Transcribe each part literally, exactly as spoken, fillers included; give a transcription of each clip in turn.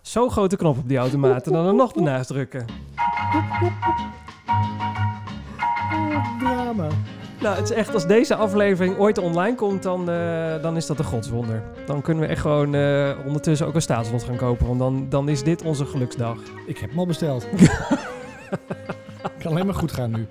Zo'n grote knop op die automaat en dan er nog ernaast drukken. Drama. Nou, het is echt, als deze aflevering ooit online komt, dan, uh, dan is dat een godswonder. Dan kunnen we echt gewoon uh, ondertussen ook een staatslot gaan kopen, want dan, dan is dit onze geluksdag. Ik heb hem al besteld. Kan alleen maar goed gaan nu.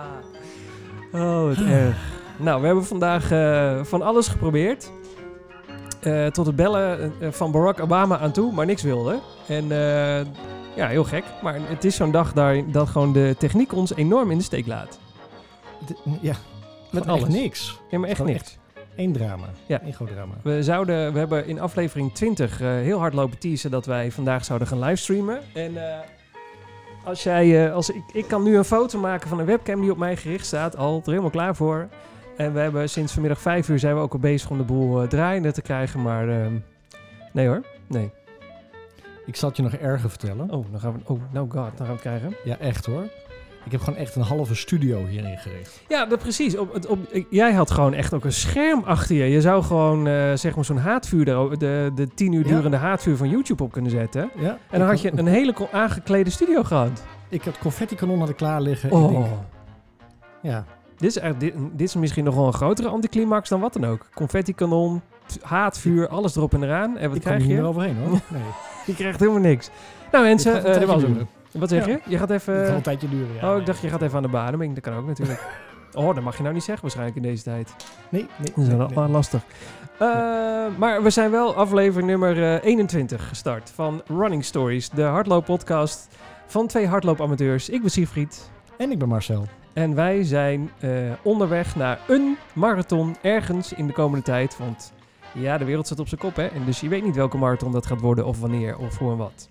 Oh, wat erg. Nou, we hebben vandaag uh, van alles geprobeerd. Uh, tot het bellen uh, van Barack Obama aan toe, maar niks wilde. En uh, ja, heel gek. Maar het is zo'n dag daar, dat gewoon de techniek ons enorm in de steek laat. De, ja, met alles. Echt niks. Ja, maar echt Gewoon niks. Echt één drama. Ja. Eén groot drama. We, zouden, we hebben in aflevering twintig uh, heel hard lopen teasen dat wij vandaag zouden gaan livestreamen. En uh, als jij, uh, als ik, ik kan nu een foto maken van een webcam die op mij gericht staat, al er helemaal klaar voor. En we hebben sinds vanmiddag vijf uur zijn we ook al bezig om de boel uh, draaiende te krijgen, maar uh, nee hoor, nee. Ik zal het je nog erger vertellen. Oh, dan gaan we, oh, no god, dan gaan we het krijgen. Ja, echt hoor. Ik heb gewoon echt een halve studio hierin gericht. Ja, dat, precies. Op, op, jij had gewoon echt ook een scherm achter je. Je zou gewoon uh, zeg maar zo'n haatvuur, de, de, de tien uur durende ja. haatvuur van YouTube op kunnen zetten. Ja, en dan had je een hele aangeklede studio gehad. Ik had confetti-kanon hadden klaar liggen. Oh. Ik denk, ja. Dit is, echt, dit, dit is misschien nog wel een grotere anticlimax dan wat dan ook. Confetti-kanon, haatvuur, alles erop en eraan. En wat ik krijg kom je? niet meer overheen hoor. Nee. Je krijgt helemaal niks. Nou mensen, uh, dat was hem. Wat zeg je? Ja. Je gaat even... Het gaat een tijdje duren, ja. Oh, ik dacht je gaat even aan de bademing. Dat kan ook natuurlijk. Oh, dat mag je nou niet zeggen waarschijnlijk in deze tijd. Nee, nee. Dat is nee, wel nee. lastig. Uh, nee. Maar we zijn wel aflevering nummer uh, eenentwintig gestart van Running Stories. De hardlooppodcast van twee hardloopamateurs. Ik ben Siegfried. En ik ben Marcel. En wij zijn uh, onderweg naar een marathon ergens in de komende tijd. Want ja, de wereld staat op zijn kop, hè. En dus je weet niet welke marathon dat gaat worden of wanneer of hoe en wat.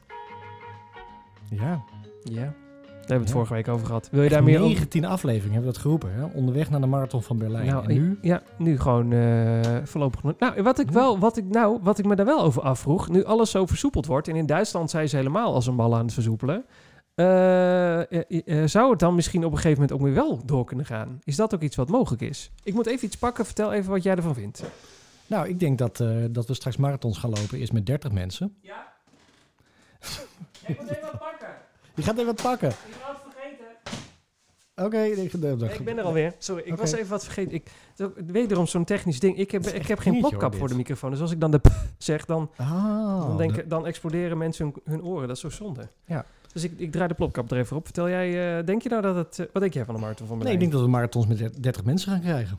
Ja. Ja, daar hebben we het ja. vorige week over gehad. Wil je Echt daar meer over? negentien afleveringen hebben we dat geroepen, hè? Onderweg naar de marathon van Berlijn. Nou, en nu? Ja, nu gewoon uh, voorlopig. Nou wat, ik wel, wat, ik, nou, wat ik me daar wel over afvroeg, nu alles zo versoepeld wordt, en in Duitsland zijn ze helemaal als een bal aan het versoepelen, uh, uh, uh, zou het dan misschien op een gegeven moment ook weer wel door kunnen gaan? Is dat ook iets wat mogelijk is? Ik moet even iets pakken, vertel even wat jij ervan vindt. Nou, ik denk dat, uh, dat we straks marathons gaan lopen, eerst met dertig mensen. Ja? Ik moet even wat pakken. Je gaat even wat pakken. Ik ga het vergeten. Oké, okay, ik, nee, ik ben er alweer. Sorry, ik okay. was even wat vergeten. Ik, wederom zo'n technisch ding. Ik heb, ik heb geen plopkap voor de microfoon. Dus als ik dan de p zeg, dan, ah, dan, denk, de... dan exploderen mensen hun, hun oren. Dat is zo zonde. Ja. Dus ik, ik draai de plopkap er even op. Vertel jij, uh, denk je nou dat het... Uh, wat denk jij van de marathon van Berlijn? Nee, ik denk dat we marathons met dertig mensen gaan krijgen.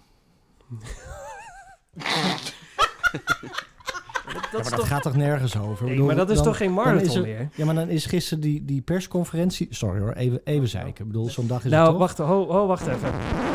Dat, dat, ja, maar dat toch... gaat toch nergens over? Nee, bedoel, maar dat is dan, toch geen marathon er, meer? Ja, maar dan is gisteren die, die persconferentie... Sorry hoor, even, even zeiken. Ik bedoel, zo'n dag is nou, het toch... wacht, ho, ho, wacht even.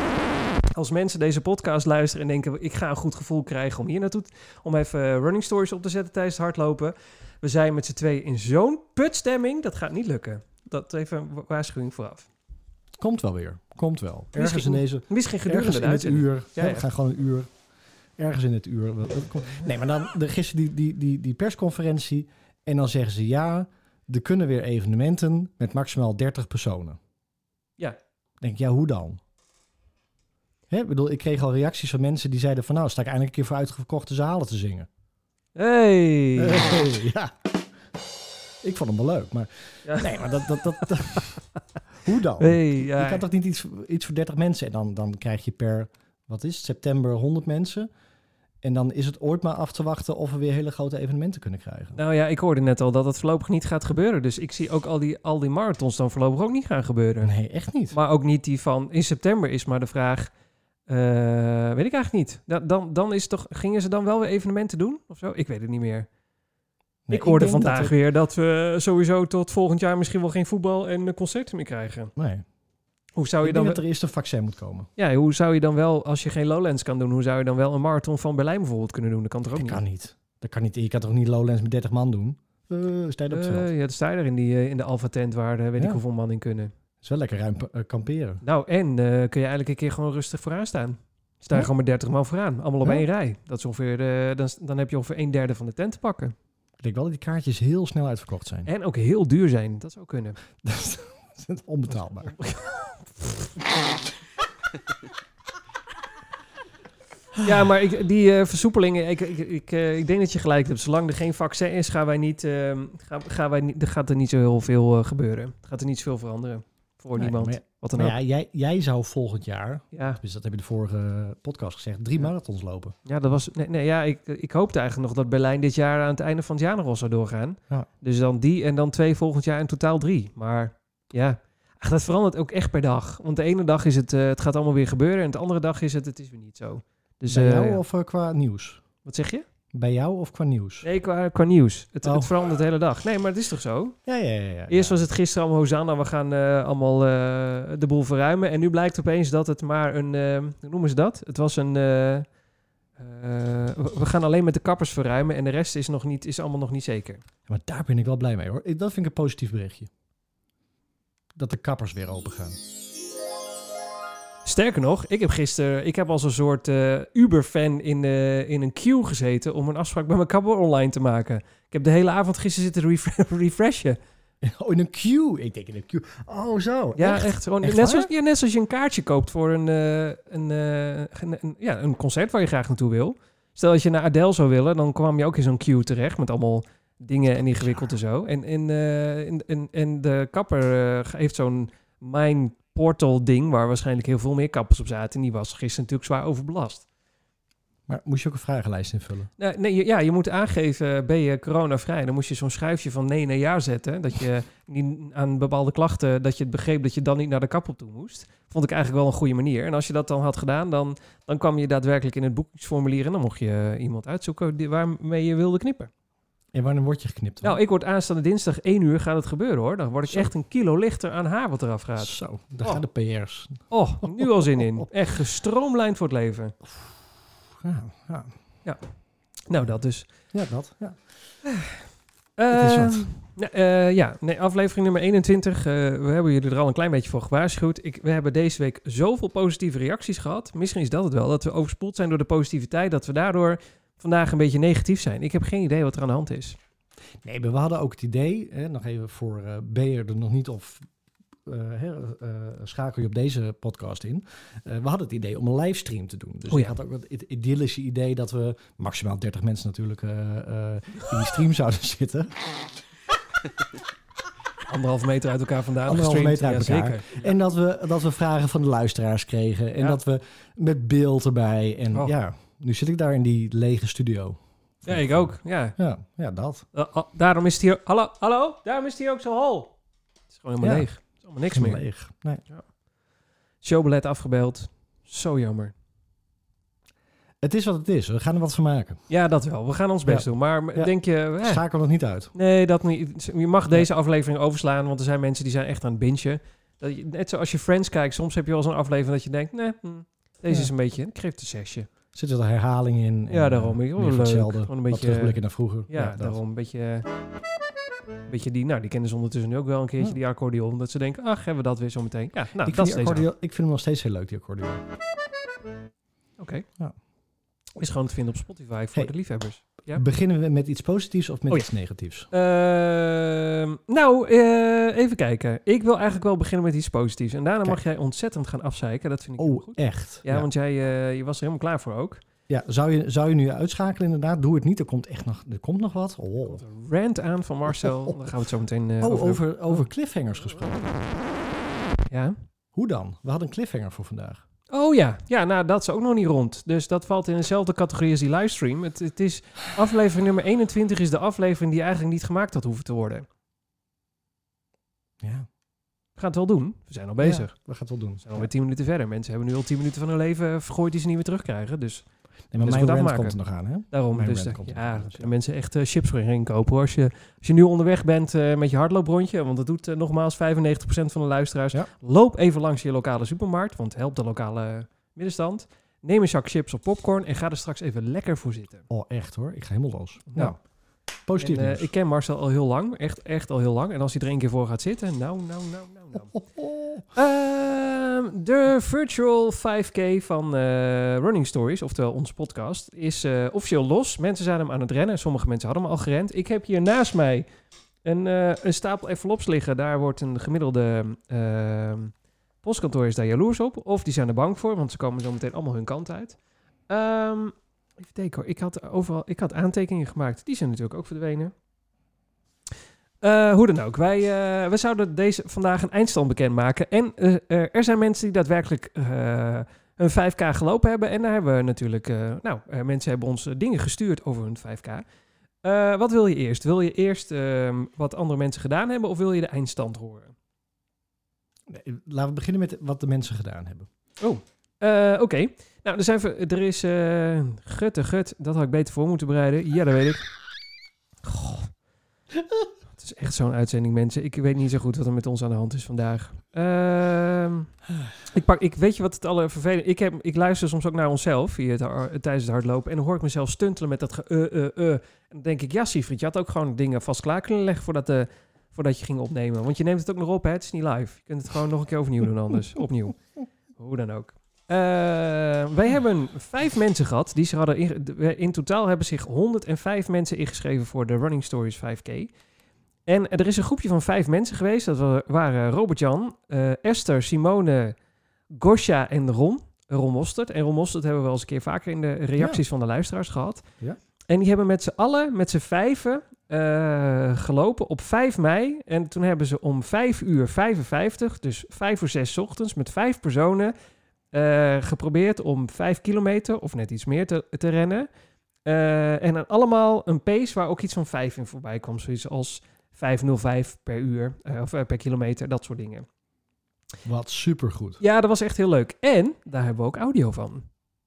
Als mensen deze podcast luisteren en denken... ik ga een goed gevoel krijgen om hier naartoe... om even running stories op te zetten tijdens het hardlopen. We zijn met z'n tweeën in zo'n putstemming. Dat gaat niet lukken. Dat even een waarschuwing vooraf. Komt wel weer. Komt wel. Ergens misschien, in deze... Misschien gedurende in het uur. Ja, ja. We gaan gewoon een uur... Ergens in het uur. Nee, maar dan de, gisteren die, die, die, die persconferentie. En dan zeggen ze ja, er kunnen weer evenementen met maximaal dertig personen. Ja. Denk ik, ja, hoe dan? Hè, ik bedoel, ik kreeg al reacties van mensen die zeiden van nou, sta ik eindelijk een keer voor uitverkochte zalen te zingen. Hey! hey ja. Ik vond hem wel leuk, maar ja. nee, maar dat... dat, dat, dat hoe dan? Hey, ja. Je kan toch niet iets, iets voor dertig mensen en dan, dan krijg je per, wat is het, september honderd mensen... En dan is het ooit maar af te wachten of we weer hele grote evenementen kunnen krijgen. Nou ja, ik hoorde net al dat het voorlopig niet gaat gebeuren. Dus ik zie ook al die, al die marathons dan voorlopig ook niet gaan gebeuren. Nee, echt niet. Maar ook niet die van in september is maar de vraag... Uh, weet ik eigenlijk niet. Da- dan, dan is toch, gingen ze dan wel weer evenementen doen? Of zo? Ik weet het niet meer. Nee, ik hoorde ik vandaag dat er... weer dat we sowieso tot volgend jaar misschien wel geen voetbal en concerten meer krijgen. Nee. Hoe zou je ik dan denk dat er eerst een vaccin moet komen. Ja, hoe zou je dan wel, als je geen Lowlands kan doen, hoe zou je dan wel een marathon van Berlijn bijvoorbeeld kunnen doen? Dat kan toch ook dat niet? Kan niet. Dat kan niet. Je kan toch niet Lowlands met dertig man doen? Uh, sta je op het uh, veld? Ja, dan sta je er in, die, uh, in de Alpha tent waar uh, weet ja. ik hoeveel man in kunnen. Het is wel lekker ruim uh, kamperen. Nou, en uh, kun je eigenlijk een keer gewoon rustig vooraan staan. Sta je ja. gewoon met dertig man vooraan. Allemaal op ja. één rij. Dat is ongeveer, uh, dan, dan heb je ongeveer een derde van de tent te pakken. Ik denk wel dat die kaartjes heel snel uitverkocht zijn. En ook heel duur zijn. Dat zou kunnen. Dat is onbetaalbaar. Ja, maar ik, die uh, versoepelingen, ik, ik, ik, uh, ik denk dat je gelijk hebt. Zolang er geen vaccin is, gaan wij niet, uh, gaan, gaan wij niet, er gaat er niet zo heel veel uh, gebeuren. Er gaat er niet zoveel veranderen voor nee, niemand. Maar, wat dan maar ook. Ja, jij, jij zou volgend jaar, ja. dus dat heb je de vorige podcast gezegd, drie ja. marathons lopen. Ja, dat was. Nee, nee ja, ik, ik hoopte eigenlijk nog dat Berlijn dit jaar aan het einde van het jaar nog wel zou doorgaan. Ja. Dus dan die en dan twee volgend jaar in totaal drie. Maar ja. Ach, dat verandert ook echt per dag. Want de ene dag is het, uh, het gaat allemaal weer gebeuren. En de andere dag is het, het is weer niet zo. Dus, Bij jou uh, of uh, qua nieuws? Wat zeg je? Bij jou of qua nieuws? Nee, qua, qua nieuws. Het, oh. het verandert de hele dag. Nee, maar het is toch zo? Ja, ja, ja. ja Eerst ja. was het gisteren allemaal Hosanna. We gaan uh, allemaal uh, de boel verruimen. En nu blijkt opeens dat het maar een... Uh, hoe noemen ze dat? Het was een... Uh, uh, we gaan alleen met de kappers verruimen. En de rest is, nog niet, is allemaal nog niet zeker. Ja, maar daar ben ik wel blij mee, hoor. Dat vind ik een positief berichtje. Dat de kappers weer open gaan. Sterker nog, ik heb gisteren, ik heb als een soort uh, Uber-fan in, uh, in een queue gezeten om een afspraak bij mijn kapper online te maken. Ik heb de hele avond gisteren zitten ref- refreshen. Oh, in een queue? Ik denk in een queue. Oh, zo. Ja, echt, echt. Gewoon, echt net, zoals, ja, net zoals je een kaartje koopt voor een, uh, een, uh, een, een, ja, een concert waar je graag naartoe wil. Stel dat je naar Adele zou willen, dan kwam je ook in zo'n queue terecht met allemaal dingen en ingewikkeld en zo. En, en, uh, en, en, en de kapper uh, heeft zo'n Mijn Portal ding waar waarschijnlijk heel veel meer kappers op zaten. En die was gisteren natuurlijk zwaar overbelast. Maar moest je ook een vragenlijst invullen? Nee, nee, ja, je moet aangeven, ben je coronavrij? Dan moest je zo'n schuifje van nee naar ja zetten. Dat je niet aan bepaalde klachten, dat je het begreep dat je dan niet naar de kapper toe moest. Vond ik eigenlijk wel een goede manier. En als je dat dan had gedaan, dan, dan kwam je daadwerkelijk in het boekingsformulier en dan mocht je iemand uitzoeken die, waarmee je wilde knippen. En wanneer word je geknipt? Nou, ik word aanstaande dinsdag één uur gaat het gebeuren, hoor. Dan word ik Zo. echt een kilo lichter aan haar wat eraf gaat. Zo, daar oh. gaan de P R's. Oh, nu al zin in. Echt gestroomlijnd voor het leven. Ja, ja. ja. Nou, dat dus. Ja, dat. Ja. Uh, het is wat. Uh, ja, nee, aflevering nummer eenentwintig. Uh, we hebben jullie er al een klein beetje voor gewaarschuwd. Ik, we hebben deze week zoveel positieve reacties gehad. Misschien is dat het wel, dat we overspoeld zijn door de positiviteit, dat we daardoor vandaag een beetje negatief zijn. Ik heb geen idee wat er aan de hand is. Nee, maar we hadden ook het idee, hè, nog even voor uh, ben je er nog niet of uh, uh, uh, schakel je op deze podcast in. Uh, we hadden het idee om een livestream te doen. Dus oh, ja. ik had ook het idyllische idee dat we maximaal dertig mensen natuurlijk uh, uh, in die stream zouden zitten. Anderhalve meter uit elkaar vandaan. Anderhalve meter uit ja, elkaar. Zeker. En dat we, dat we vragen van de luisteraars kregen. En ja. dat we met beeld erbij. En oh. ja, nu zit ik daar in die lege studio. Ja, ik ook. Ja, ja, ja dat. Uh, uh, daarom is het hier... Hallo, hallo? Daarom is het hier ook zo hol. Het is gewoon helemaal ja. leeg. Het is allemaal niks helemaal meer. leeg. Nee. Ja. Showbelet afgebeld. Zo jammer. Het is wat het is. We gaan er wat van maken. Ja, dat wel. We gaan ons best ja. doen. Maar ja. denk je... Eh, Schakel het niet uit. Nee, dat niet. Je mag deze ja. aflevering overslaan, want er zijn mensen die zijn echt aan het bingen. Dat je, net zoals je Friends kijkt, soms heb je wel zo'n aflevering dat je denkt... Nee, hm, deze ja. is een beetje... Ik geef het een zesje. Zit er herhaling in? Ja, daarom. Uh, meer hetzelfde. Gewoon een beetje terugblikken naar vroeger. Ja, ja daarom. Een beetje... Een beetje die, nou, die kennen ze ondertussen nu ook wel een keertje, ja. die accordeon. Dat ze denken, ach, hebben we dat weer zo meteen. Ja, nou, ik, dat vind is accordeon, ik vind hem nog steeds heel leuk, die accordeon. Oké. Okay. Ja. Is gewoon te vinden op Spotify voor hey, de liefhebbers. Ja? Beginnen we met iets positiefs of met oh, iets ja. negatiefs? Uh, nou, uh, even kijken. Ik wil eigenlijk wel beginnen met iets positiefs. En daarna Kijk. mag jij ontzettend gaan afzeiken. Dat vind ik oh, heel goed. echt? Ja, ja. want jij uh, je was er helemaal klaar voor ook. Ja, zou je, zou je nu uitschakelen inderdaad? Doe het niet, er komt echt nog, er komt nog wat. Oh. Er komt een rant aan van Marcel. Daar gaan we het zo meteen uh, oh, over... over, over cliffhangers gesproken. Ja? Hoe dan? We hadden een cliffhanger voor vandaag. Oh ja, ja, nou dat is ook nog niet rond. Dus dat valt in dezelfde categorie als die livestream. Het, het is aflevering nummer eenentwintig is de aflevering die eigenlijk niet gemaakt had hoeven te worden. Ja. We gaan het wel doen. We zijn al bezig. Ja, we gaan het wel doen. We zijn alweer tien minuten verder. Mensen hebben nu al tien minuten van hun leven vergooid die ze niet meer terugkrijgen. Dus, nee, maar dus mijn rant komt er nog aan, hè? Daarom, mijn dus, uh, ja, daar kunnen mensen echt uh, chips voor heen kopen. Hoor. Als, je, als je nu onderweg bent uh, met je hardlooprondje, want dat doet uh, nogmaals vijfennegentig procent van de luisteraars. Ja. Loop even langs je lokale supermarkt, want help de lokale middenstand. Neem een zak chips of popcorn en ga er straks even lekker voor zitten. Oh, echt hoor. Ik ga helemaal los. Nou, nou positief en, uh, ik ken Marcel al heel lang. Echt, echt al heel lang. En als hij er één keer voor gaat zitten, nou, nou, nou, nou, nou. Oh, oh, oh. Uh, de virtual vijf K van uh, Running Stories, oftewel onze podcast, is uh, officieel los. Mensen zijn hem aan het rennen. Sommige mensen hadden hem al gerend. Ik heb hier naast mij een, uh, een stapel envelops liggen. Daar wordt een gemiddelde... Uh, postkantoor is daar jaloers op. Of die zijn er bang voor, want ze komen zo meteen allemaal hun kant uit. Um, even denken hoor. Ik had overal ik had aantekeningen gemaakt. Die zijn natuurlijk ook verdwenen. Uh, hoe dan ook. Wij, uh, wij zouden deze vandaag een eindstand bekendmaken. En uh, uh, er zijn mensen die daadwerkelijk uh, een vijf K gelopen hebben. En daar hebben we natuurlijk... Uh, nou, uh, mensen hebben ons uh, dingen gestuurd over hun vijf K. Uh, wat wil je eerst? Wil je eerst uh, wat andere mensen gedaan hebben of wil je de eindstand horen? Nee, laten we beginnen met wat de mensen gedaan hebben. Oh, uh, oké. Okay. Nou, er, zijn, er is... Uh, gut en gut. Dat had ik beter voor moeten bereiden. Ja, dat weet ik. Goh. Het is echt zo'n uitzending, mensen. Ik weet niet zo goed wat er met ons aan de hand is vandaag. Uh, ik, pak, ik weet je wat het allervervelend... Ik, heb, ik luister soms ook naar onszelf via het, uh, tijdens het hardlopen. En dan hoor ik mezelf stuntelen met dat ge... Uh, uh, uh. En dan denk ik, ja, Siegfried, je had ook gewoon dingen vast klaar kunnen leggen voordat, uh, voordat je ging opnemen. Want je neemt het ook nog op, hè? Het is niet live. Je kunt het gewoon nog een keer overnieuw doen anders. Opnieuw. Hoe dan ook. Uh, wij hebben vijf mensen gehad. Die zich hadden in, in totaal hebben zich honderdvijf mensen ingeschreven voor de Running Stories vijf K. En er is een groepje van vijf mensen geweest. Dat waren Robert-Jan, uh, Esther, Simone, Gosja en Ron. Ron Mostert. En Ron Mostert hebben we wel eens een keer vaker in de reacties ja. van de luisteraars gehad. Ja. En die hebben met z'n allen, met z'n vijven, uh, gelopen op vijf mei. En toen hebben ze om vijf uur vijfenvijftig, dus vijf uur zes ochtends, met vijf personen uh, geprobeerd om vijf kilometer of net iets meer te, te rennen. Uh, en dan allemaal een pace waar ook iets van vijf in voorbij kwam. Zoiets als vijf nul vijf per uur uh, of uh, per kilometer, dat soort dingen. Wat supergoed. Ja, dat was echt heel leuk. En daar hebben we ook audio van.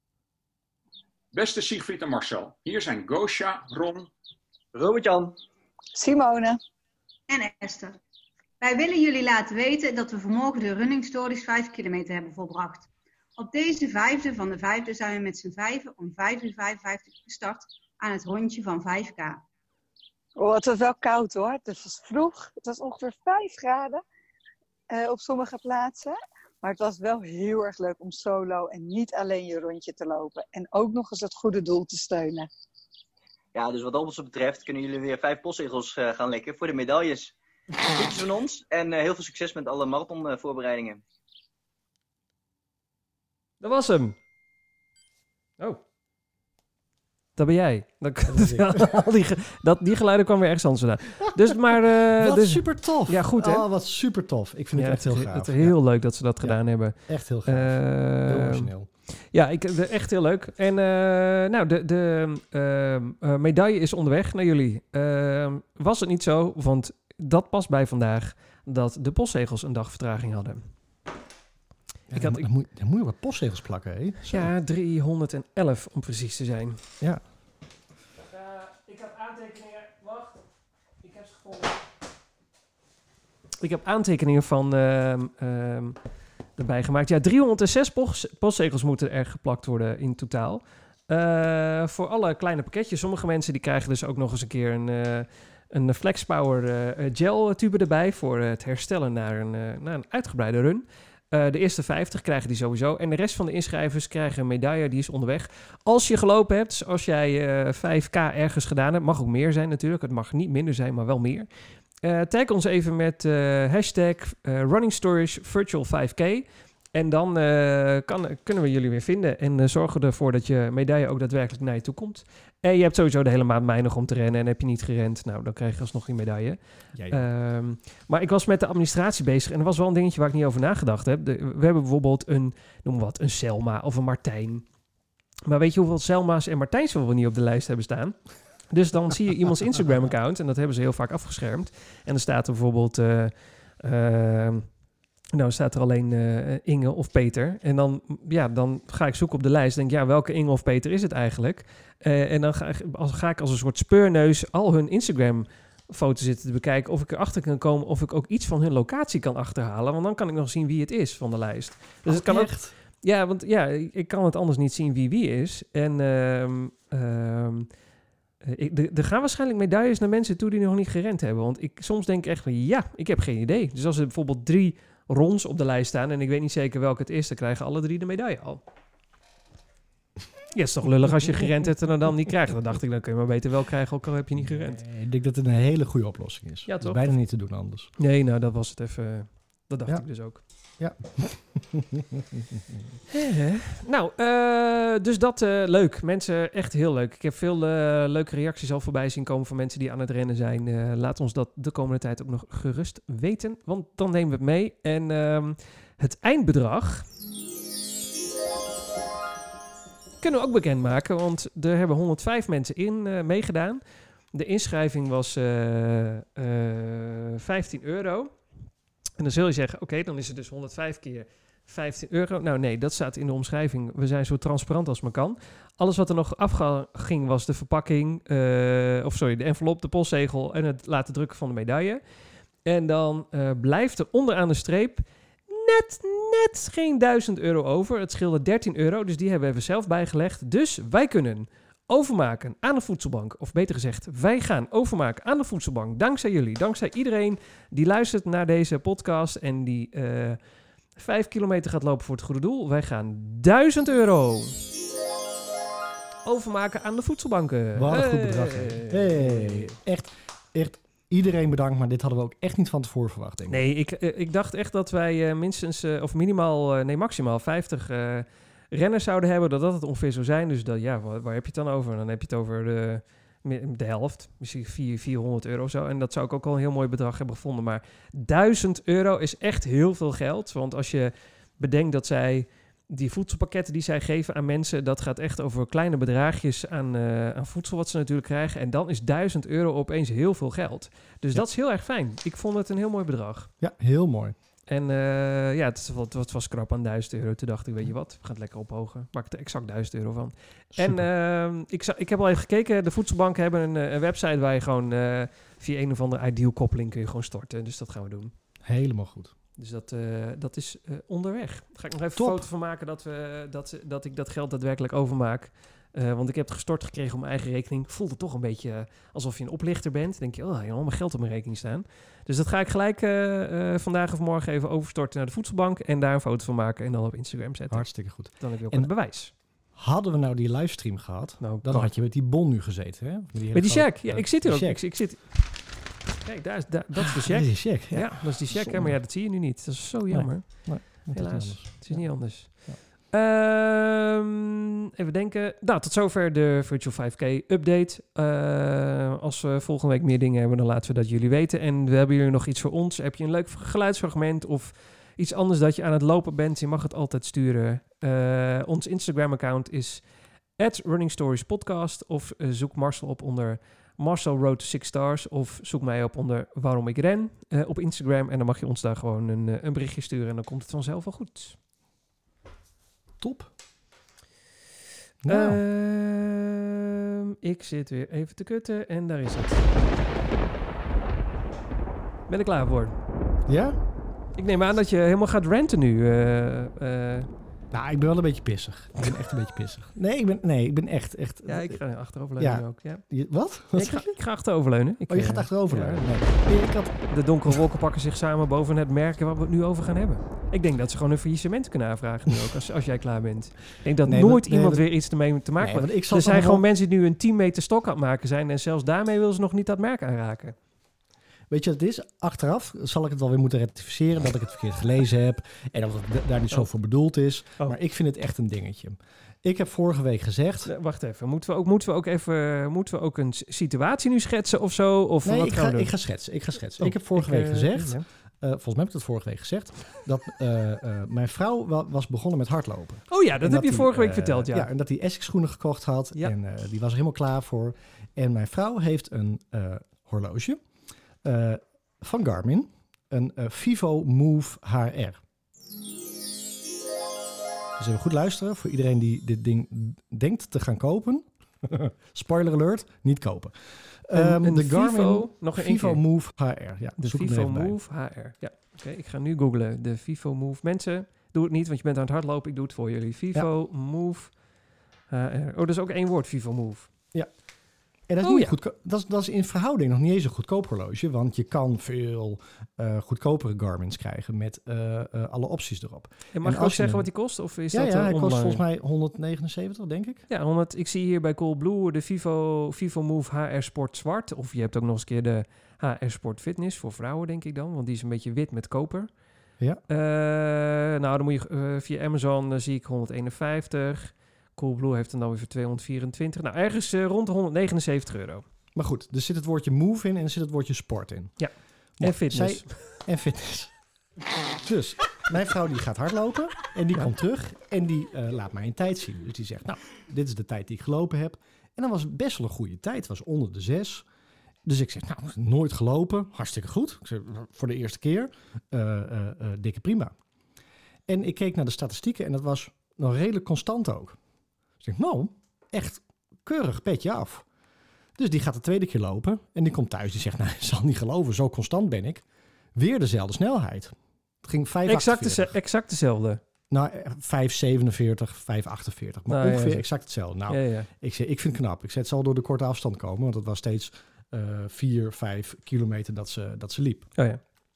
Beste Siegfried en Marcel, hier zijn Gosja, Ron, Robert-Jan, Simone en Esther. Wij willen jullie laten weten dat we vanmorgen de Running Stories vijf kilometer hebben volbracht. Op deze vijfde van de vijfde zijn we met z'n vijven om vijf uur vijfenvijftig gestart aan het rondje van vijf K. Oh, het was wel koud hoor. Het was vroeg. Het was ongeveer vijf graden uh, op sommige plaatsen. Maar het was wel heel erg leuk om solo en niet alleen je rondje te lopen. En ook nog eens het goede doel te steunen. Ja, dus wat ons betreft kunnen jullie weer vijf postzegels uh, gaan lekken voor de medailles. Groetjes van ons en uh, heel veel succes met alle marathonvoorbereidingen. Uh, Dat was hem. Oh. Dat ben jij. Dat, dat, die, dat, die geluiden kwamen weer ergens anders vandaan. Dus maar... Uh, wat dus, super tof. Ja, goed hè? Oh, wat super tof. Ik vind ja, het echt heel gaaf. Het is heel ja. leuk dat ze dat gedaan ja, hebben. Echt heel gaaf. Uh, heel origineel. Ja, ik, de, echt heel leuk. En uh, nou, de, de uh, uh, medaille is onderweg naar jullie. Uh, was het niet zo, want dat past bij vandaag, dat de postzegels een dag vertraging hadden. Ja, ik had, dan, ik, moet, dan moet je wat postzegels plakken, hè? Zo. Ja, driehonderdelf om precies te zijn. Ja. Uh, ik heb aantekeningen... Wacht. Ik heb ze gevonden. Ik heb aantekeningen van uh, uh, erbij gemaakt. Ja, driehonderdzes post, postzegels moeten er geplakt worden in totaal. Uh, voor alle kleine pakketjes. Sommige mensen die krijgen dus ook nog eens een keer een... Uh, een FlexPower uh, gel tube erbij voor uh, het herstellen naar een, uh, naar een uitgebreide run. Uh, de eerste vijftig krijgen die sowieso. En de rest van de inschrijvers krijgen een medaille, die is onderweg. Als je gelopen hebt, dus als jij uh, vijf K ergens gedaan hebt, mag ook meer zijn natuurlijk. Het mag niet minder zijn, maar wel meer. Uh, tag ons even met uh, hashtag uh, Running Stories Virtual vijf K. En dan uh, kan, kunnen we jullie weer vinden. En uh, zorgen ervoor dat je medaille ook daadwerkelijk naar je toe komt. En je hebt sowieso de hele maand mei nog om te rennen. En heb je niet gerend, nou, dan krijg je alsnog geen medaille. Ja, ja. Um, maar ik was met de administratie bezig. En er was wel een dingetje waar ik niet over nagedacht heb. De, we hebben bijvoorbeeld een, noem wat, een Selma of een Martijn. Maar weet je hoeveel Selma's en Martijns we niet op de lijst hebben staan? Dus dan zie je iemands Instagram-account. En dat hebben ze heel vaak afgeschermd. En dan staat er bijvoorbeeld... Uh, uh, Nou, staat er alleen uh, Inge of Peter. En dan, ja, dan ga ik zoeken op de lijst. Denk ja, welke Inge of Peter is het eigenlijk? Uh, en dan ga, als, ga ik als een soort speurneus al hun Instagram-foto's zitten te bekijken... of ik erachter kan komen of ik ook iets van hun locatie kan achterhalen. Want dan kan ik nog zien wie het is van de lijst. Dus oh, het kan echt? Ook, ja, want ja, ik kan het anders niet zien wie wie is. En uh, uh, ik, de, er gaan waarschijnlijk medailles naar mensen toe die nog niet gerend hebben. Want ik, soms denk ik echt van ja, ik heb geen idee. Dus als er bijvoorbeeld drie... rons op de lijst staan en ik weet niet zeker welke het is, dan krijgen alle drie de medaille al. Ja, is toch lullig als je gerend hebt en dan, dan niet krijgt. Dan dacht ik, dan kun je maar beter wel krijgen, ook al heb je niet gerend. Nee, ik denk dat het een hele goede oplossing is. Ja, toch? Dat is bijna niet te doen anders. Nee, nou, dat was het even... dat dacht Ja. ik dus ook. Ja. Nou, uh, dus dat uh, leuk. Mensen, echt heel leuk. Ik heb veel uh, leuke reacties al voorbij zien komen van mensen die aan het rennen zijn. Uh, laat ons dat de komende tijd ook nog gerust weten, want dan nemen we het mee. En uh, het eindbedrag kunnen we ook bekendmaken, want er hebben honderdvijf mensen in uh, meegedaan. De inschrijving was uh, uh, vijftien euro. En dan zul je zeggen, oké, okay, dan is het dus honderdvijf keer vijftien euro. Nou nee, dat staat in de omschrijving. We zijn zo transparant als maar kan. Alles wat er nog afging was de verpakking, uh, of sorry, de envelop, de postzegel en het laten drukken van de medaille. En dan uh, blijft er onderaan de streep net, net geen duizend euro over. Het scheelde dertien euro, dus die hebben we even zelf bijgelegd. Dus wij kunnen overmaken aan de voedselbank. Of beter gezegd, wij gaan overmaken aan de voedselbank. Dankzij jullie, dankzij iedereen die luistert naar deze podcast en die uh, vijf kilometer gaat lopen voor het goede doel. Wij gaan duizend euro overmaken aan de voedselbanken. Wat een hey. goed bedrag. Hey. Echt, echt iedereen bedankt, maar dit hadden we ook echt niet van tevoren verwacht, denk ik. Nee, ik, uh, ik dacht echt dat wij uh, minstens, uh, of minimaal, uh, nee maximaal vijftig... Uh, renners zouden hebben, dat dat het ongeveer zou zijn. Dus dat, ja, waar, waar heb je het dan over? Dan heb je het over de, de helft, misschien vierhonderd euro of zo. En dat zou ik ook al een heel mooi bedrag hebben gevonden. Maar duizend euro is echt heel veel geld. Want als je bedenkt dat zij die voedselpakketten die zij geven aan mensen, dat gaat echt over kleine bedragjes aan, uh, aan voedsel wat ze natuurlijk krijgen. En dan is duizend euro opeens heel veel geld. Dus ja. dat is heel erg fijn. Ik vond het een heel mooi bedrag. Ja, heel mooi. En uh, ja, het, het, het was krap aan duizend euro. Toen dacht ik, weet je wat, we gaan het lekker ophogen. Maak er exact duizend euro van. Super. En uh, ik, ik heb al even gekeken. De voedselbanken hebben een, een website waar je gewoon uh, via een of andere ideal koppeling kun je gewoon storten. Dus dat gaan we doen. Helemaal goed. Dus dat, uh, dat is uh, onderweg. Daar ga ik nog even Top. een foto van maken dat, we, dat, dat ik dat geld daadwerkelijk overmaak. Uh, want ik heb het gestort gekregen op mijn eigen rekening. Voelt het toch een beetje uh, alsof je een oplichter bent. Denk je, oh, je hebt allemaal geld op mijn rekening staan. Dus dat ga ik gelijk uh, uh, vandaag of morgen even overstorten naar de voedselbank. En daar een foto van maken en dan op Instagram zetten. Hartstikke goed. Dan heb je ook en een bewijs. Hadden we nou die livestream gehad, nou, dan kan. had je met die bon nu gezeten. Hè? Met die, met die check. Ja, uh, ik zit hier ook. check. Ik, ik zit... Kijk, daar is, daar, dat is de check. Ah, dat is die check, ja. ja. dat is die check. Hè, maar ja, dat zie je nu niet. Dat is zo jammer. Nee, nee, helaas. het Het is niet anders. Ja. Um, even denken. Nou, tot zover de Virtual vijf K update. Uh, als we volgende week meer dingen hebben, dan laten we dat jullie weten. En we hebben jullie nog iets voor ons. Heb je een leuk geluidsfragment of iets anders dat je aan het lopen bent? Je mag het altijd sturen. Uh, ons Instagram-account is at Running Stories Podcast. Of uh, zoek Marcel op onder Marcel Road to Six Stars. Of zoek mij op onder Waarom ik ren uh, op Instagram. En dan mag je ons daar gewoon een, uh, een berichtje sturen. En dan komt het vanzelf wel goed. Top. Nou. Uh, ik zit weer even te kutten en daar is het. Ben ik klaar voor? Ja? Ik neem aan dat je helemaal gaat ranten nu. Uh, uh. Nou, ik ben wel een beetje pissig. Ik ben echt een beetje pissig. Nee, ik ben, nee, ik ben echt, echt... Ja, ik ga achteroverleunen ja. ook. Ja. Je, wat? wat ik, ga, ik ga achteroverleunen. Ik, oh, je gaat uh, achteroverleunen? Ja. Nee. Nee, ik had... De donkere wolken pakken zich samen boven het merken waar we het nu over gaan hebben. Ik denk dat ze gewoon een faillissement kunnen aanvragen nu ook, als, als jij klaar bent. Ik denk dat nee, nooit nee, iemand nee, weer iets ermee te maken nee, heeft. Er zijn gewoon wel... mensen die nu een tien meter stok aan het maken zijn en zelfs daarmee willen ze nog niet dat merk aanraken. Weet je wat het is? Achteraf zal ik het wel weer moeten rectificeren dat ik het verkeerd gelezen heb en dat het daar niet zo oh. voor bedoeld is. Oh. Maar ik vind het echt een dingetje. Ik heb vorige week gezegd... Uh, wacht even, moeten we ook, moeten we ook even moeten we ook een situatie nu schetsen of zo? Of nee, wat ik gaan ga, we doen? ik ga schetsen. Ik, ga schetsen. Oh, ik heb vorige ik, week uh, gezegd, ja. uh, volgens mij heb ik het vorige week gezegd, dat uh, uh, mijn vrouw wa- was begonnen met hardlopen. Oh ja, dat en heb dat je vorige die, week uh, verteld, ja. Ja, en dat hij Essex schoenen gekocht had Ja. en uh, die was er helemaal klaar voor. En mijn vrouw heeft een uh, horloge uh, van Garmin, een uh, Vivo Move H R. Dus even goed luisteren voor iedereen die dit ding denkt te gaan kopen. Spoiler alert, niet kopen. Een, Um, een de Vivo, Garmin nog een Vivo keer. Move H R. Ja, De zoek hem er Vivo even bij. Move H R. Ja, oké. Okay, ik ga nu googlen. De Vivo Move. Mensen, doe het niet, want je bent aan het hardlopen. Ik doe het voor jullie. Vivo ja. Move H R. Oh, dat is ook één woord, Vivo Move. Ja. En dat is, oh, niet ja. goedko- dat, is, dat is in verhouding nog niet eens een goedkoop horloge. Want je kan veel uh, goedkopere Garmins krijgen met uh, uh, alle opties erop. En mag en ik ook zeggen een... wat die kost? Of is ja, dat ja uh, hij online? kost volgens mij honderdnegenenzeventig, denk ik. Ja, honderd. Ik zie hier bij Coolblue de Vivo, Vivo Move H R Sport zwart. Of je hebt ook nog eens een keer de H R Sport Fitness voor vrouwen, denk ik dan. Want die is een beetje wit met koper. Ja. Uh, nou, dan moet je uh, via Amazon uh, zie ik honderdeenenvijftig. Coolblue heeft hem dan weer voor tweehonderdvierentwintig. Nou, ergens uh, rond de honderdnegenenzeventig euro. Maar goed, er zit het woordje move in en er zit het woordje sport in. Ja, Mooi. en fitness. Zij, en fitness. Dus mijn vrouw die gaat hardlopen en die ja. komt terug en die uh, laat mij een tijd zien. Dus die zegt, nou, dit is de tijd die ik gelopen heb. En dan was het best wel een goede tijd. Het was onder de zes. Dus ik zeg, nou, nooit gelopen. Hartstikke goed. Ik zeg, voor de eerste keer. Uh, uh, uh, dikke prima. En ik keek naar de statistieken en dat was nog redelijk constant ook. Dus ik zeg, nou, echt keurig petje af. Dus die gaat de tweede keer lopen en die komt thuis. Die zegt, nou, ik zal niet geloven, zo constant ben ik. Weer dezelfde snelheid. Het ging vijf achtenveertig. Exact, exact dezelfde. Nou, vijf zevenenveertig, vijf achtenveertig. Maar nou, ongeveer ja, exact hetzelfde. Nou, ja, ja. Ik, zeg, ik vind het knap. Ik zeg, het zal door de korte afstand komen. Want het was steeds uh, vier, vijf kilometer dat ze, dat ze liep. Oh, ja.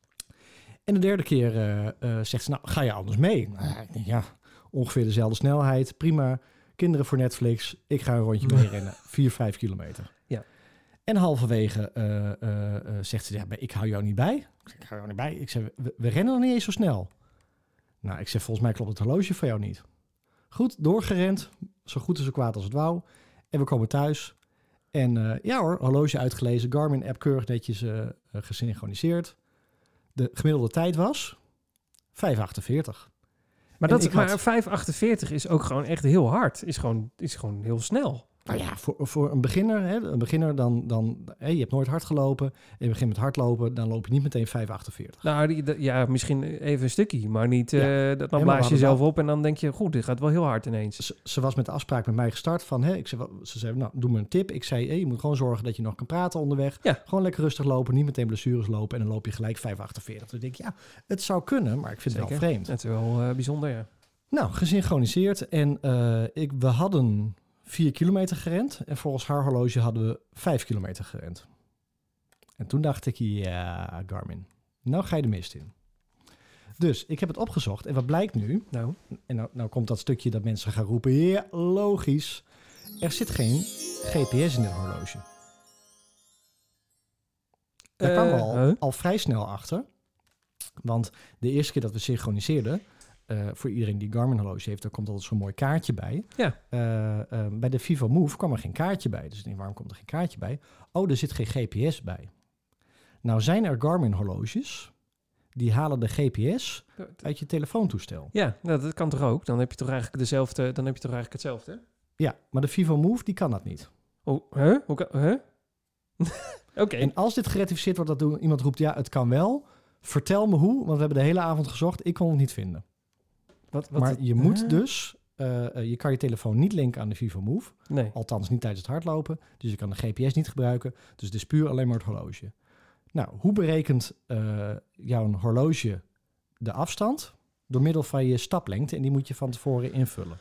En de derde keer uh, uh, zegt ze, nou, ga je anders mee? Nou, ik denk, ja, ongeveer dezelfde snelheid. Prima. Kinderen voor Netflix. Ik ga een rondje mee rennen. vier, vijf kilometer. Ja. En halverwege uh, uh, uh, zegt ze, ja, ik hou jou niet bij. Ik zeg, ik hou jou niet bij. Ik zeg, we, we rennen nog niet eens zo snel. Nou, ik zeg, volgens mij klopt het horloge voor jou niet. Goed, doorgerend. Zo goed en zo kwaad als het wou. En we komen thuis. En uh, ja hoor, horloge uitgelezen. Garmin-app keurig netjes uh, uh, gesynchroniseerd. De gemiddelde tijd was vijf achtenveertig. Maar, dat, maar had... vijf achtenveertig is ook gewoon echt heel hard. Is gewoon, is gewoon heel snel. Nou ja, voor, voor een beginner, hè, een beginner dan, dan hè, je hebt nooit hard gelopen. En je begint met hardlopen, dan loop je niet meteen vijf achtenveertig. Nou, die, de, ja, misschien even een stukje, maar niet. Ja. Uh, dan blaas je jezelf op en dan denk je, goed, dit gaat wel heel hard ineens. Ze, ze was met de afspraak met mij gestart van, hè, ik zei, ze zei, nou, doe me een tip. Ik zei, hey, je moet gewoon zorgen dat je nog kan praten onderweg. Ja. Gewoon lekker rustig lopen, niet meteen blessures lopen en dan loop je gelijk vijf achtenveertig. Dus ik denk, ja, het zou kunnen, maar ik vind Zeker. het wel vreemd. Het is wel uh, bijzonder, ja. Nou, gesynchroniseerd en uh, ik, we hadden vier kilometer gerend en volgens haar horloge hadden we vijf kilometer gerend. En toen dacht ik, ja, Garmin, nou ga je de mist in. Dus ik heb het opgezocht en wat blijkt nu? Nou, en nou, nou komt dat stukje dat mensen gaan roepen, ja, logisch. Er zit geen G P S in dit horloge. Daar uh, kwamen we al, huh? al vrij snel achter. Want de eerste keer dat we synchroniseerden, Uh, voor iedereen die Garmin horloge heeft, daar komt altijd zo'n mooi kaartje bij. Ja. Uh, uh, bij de Vivo Move kwam er geen kaartje bij. Dus ik denk, waarom komt er geen kaartje bij? Oh, er zit geen G P S bij. Nou zijn er Garmin horloges, die halen de G P S uit je telefoontoestel. Ja, nou, dat kan toch ook? Dan heb je toch eigenlijk dezelfde, dan heb je toch eigenlijk hetzelfde? Ja, maar de Vivo Move, die kan dat niet. Oh, huh? Hoe kan, huh? Oké. Okay. En als dit gerectificeerd wordt, dat iemand roept, ja, het kan wel. Vertel me hoe, want we hebben de hele avond gezocht. Ik kon het niet vinden. Wat, wat, maar je uh, moet dus, uh, uh, je kan je telefoon niet linken aan de Vivo Move. Nee. Althans niet tijdens het hardlopen. Dus je kan de G P S niet gebruiken. Dus het is puur alleen maar het horloge. Nou, hoe berekent uh, jouw horloge de afstand? Door middel van je staplengte. En die moet je van tevoren invullen.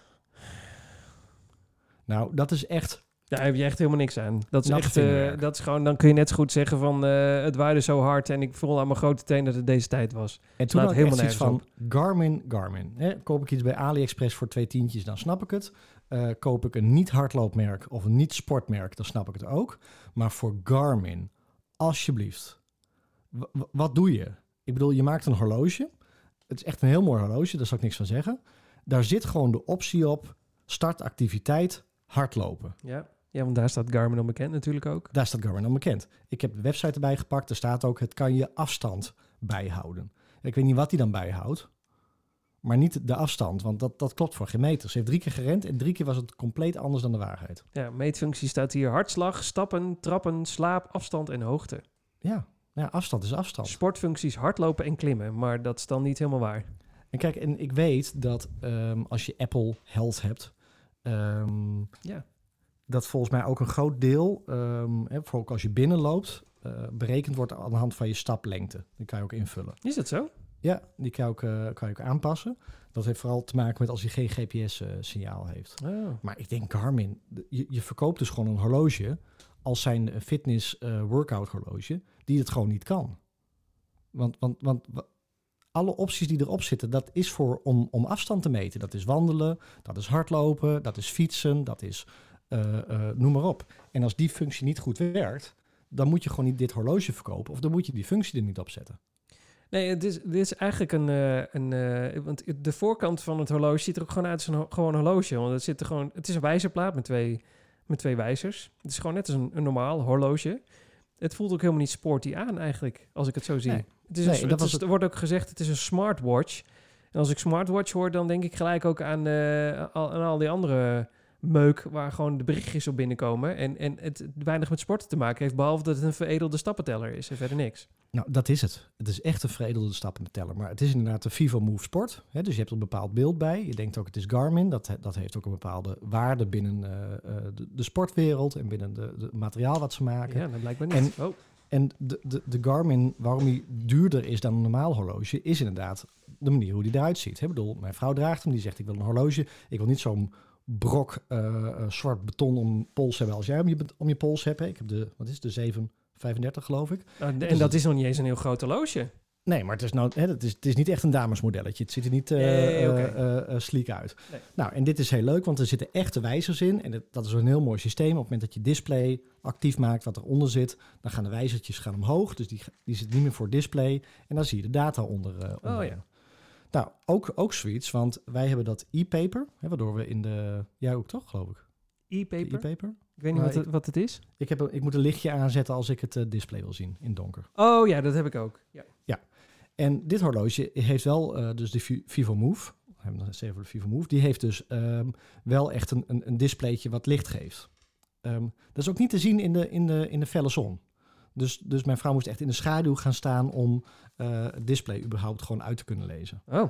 Nou, dat is echt... Daar heb je echt helemaal niks aan. Dat is echt, uh, dat is gewoon, dan kun je net zo goed zeggen van uh, het waaide zo hard en ik voel aan mijn grote teen dat het deze tijd was. En toen had ik helemaal iets van op. Garmin, Garmin. Hè? Koop ik iets bij AliExpress voor twee tientjes, dan snap ik het. Uh, koop ik een niet hardloopmerk of een niet sportmerk, dan snap ik het ook. Maar voor Garmin, alsjeblieft, w- w- wat doe je? Ik bedoel, je maakt een horloge. Het is echt een heel mooi horloge, daar zal ik niks van zeggen. Daar zit gewoon de optie op, startactiviteit, hardlopen. Ja. Ja, want daar staat Garmin onbekend natuurlijk ook. Daar staat Garmin onbekend. Ik heb de website erbij gepakt. Er staat ook, het kan je afstand bijhouden. Ik weet niet wat hij dan bijhoudt. Maar niet de afstand, want dat, dat klopt voor geen meter. Ze heeft drie keer gerend en drie keer was het compleet anders dan de waarheid. Ja, meetfunctie staat hier hartslag, stappen, trappen, slaap, afstand en hoogte. Ja, ja, afstand is afstand. Sportfuncties hardlopen en klimmen, maar dat is dan niet helemaal waar. En kijk, en ik weet dat um, als je Apple Health hebt... Um, ja. dat volgens mij ook een groot deel, um, hè, vooral ook als je binnenloopt, uh, berekend wordt aan de hand van je staplengte. Die kan je ook invullen. Is dat zo? Ja, die kan je ook, uh, kan je ook aanpassen. Dat heeft vooral te maken met als je geen G P S-signaal uh, heeft. Oh. Maar ik denk Garmin, je, je verkoopt dus gewoon een horloge als zijn fitness uh, workout horloge, die het gewoon niet kan. Want, want, want alle opties die erop zitten, dat is voor om, om afstand te meten. Dat is wandelen, dat is hardlopen, dat is fietsen, dat is uh, uh, noem maar op. En als die functie niet goed werkt, dan moet je gewoon niet dit horloge verkopen of dan moet je die functie er niet op zetten. Nee, het is, dit is eigenlijk een... Uh, een uh, want de voorkant van het horloge ziet er ook gewoon uit als een ho- gewoon horloge. Want het, zit er gewoon, het is een wijzerplaat met twee, met twee wijzers. Het is gewoon net als een, een normaal horloge. Het voelt ook helemaal niet sporty aan eigenlijk, als ik het zo zie. Nee. Het is Nee, een, dat het was is, het- er wordt ook gezegd, het is een smartwatch. En als ik smartwatch hoor, dan denk ik gelijk ook aan, uh, al, aan al die andere meuk waar gewoon de berichtjes op binnenkomen. En, en het weinig met sporten te maken heeft, behalve dat het een veredelde stappenteller is en verder niks. Nou, dat is het. Het is echt een veredelde stappenteller. Maar het is inderdaad een Vivo Move Sport. Hè? Dus je hebt er een bepaald beeld bij. Je denkt ook het is Garmin. Dat, dat heeft ook een bepaalde waarde binnen uh, uh, de, de sportwereld en binnen de, de materiaal wat ze maken. Ja, dat blijkt me niet. En- oh. En de, de, de Garmin, waarom die duurder is dan een normaal horloge, is inderdaad de manier hoe die eruit ziet. Ik bedoel, mijn vrouw draagt hem, die zegt ik wil een horloge. Ik wil niet zo'n brok uh, uh, zwart beton om pols hebben als jij om je, om je pols hebt. Hè. Ik heb de, wat is het, de zeven vijfendertig geloof ik. Nou, en dat is nog niet eens een heel groot horloge. Nee, maar het is, nou, hè, het is, het is niet echt een damesmodelletje. Het ziet er niet uh, Nee, oké. uh, uh, uh, sleek uit. Nee. Nou, en dit is heel leuk, want er zitten echte wijzers in. En het, dat is een heel mooi systeem. Op het moment dat je display actief maakt, wat eronder zit, dan gaan de wijzertjes gaan omhoog. Dus die, die zit niet meer voor display. En dan zie je de data onder. Uh, onder. Oh ja. Nou, ook, ook zoiets, want wij hebben dat e-paper, hè, waardoor we in de... Jij ook toch, geloof ik? De E-paper? e-paper? Ik weet niet Maar wat het, wat het is. Ik, heb, een- ik moet een lichtje aanzetten als ik het uh, display wil zien, in donker. Oh ja, dat heb ik ook. Ja. En dit horloge heeft wel, uh, dus de Vi- Vivo Move, we hebben nog steeds voor de Vivo Move, die heeft dus um, wel echt een, een, een displaytje wat licht geeft. Um, dat is ook niet te zien in de, in de, in de felle zon. Dus, dus mijn vrouw moest echt in de schaduw gaan staan om uh, het display überhaupt gewoon uit te kunnen lezen. Oh,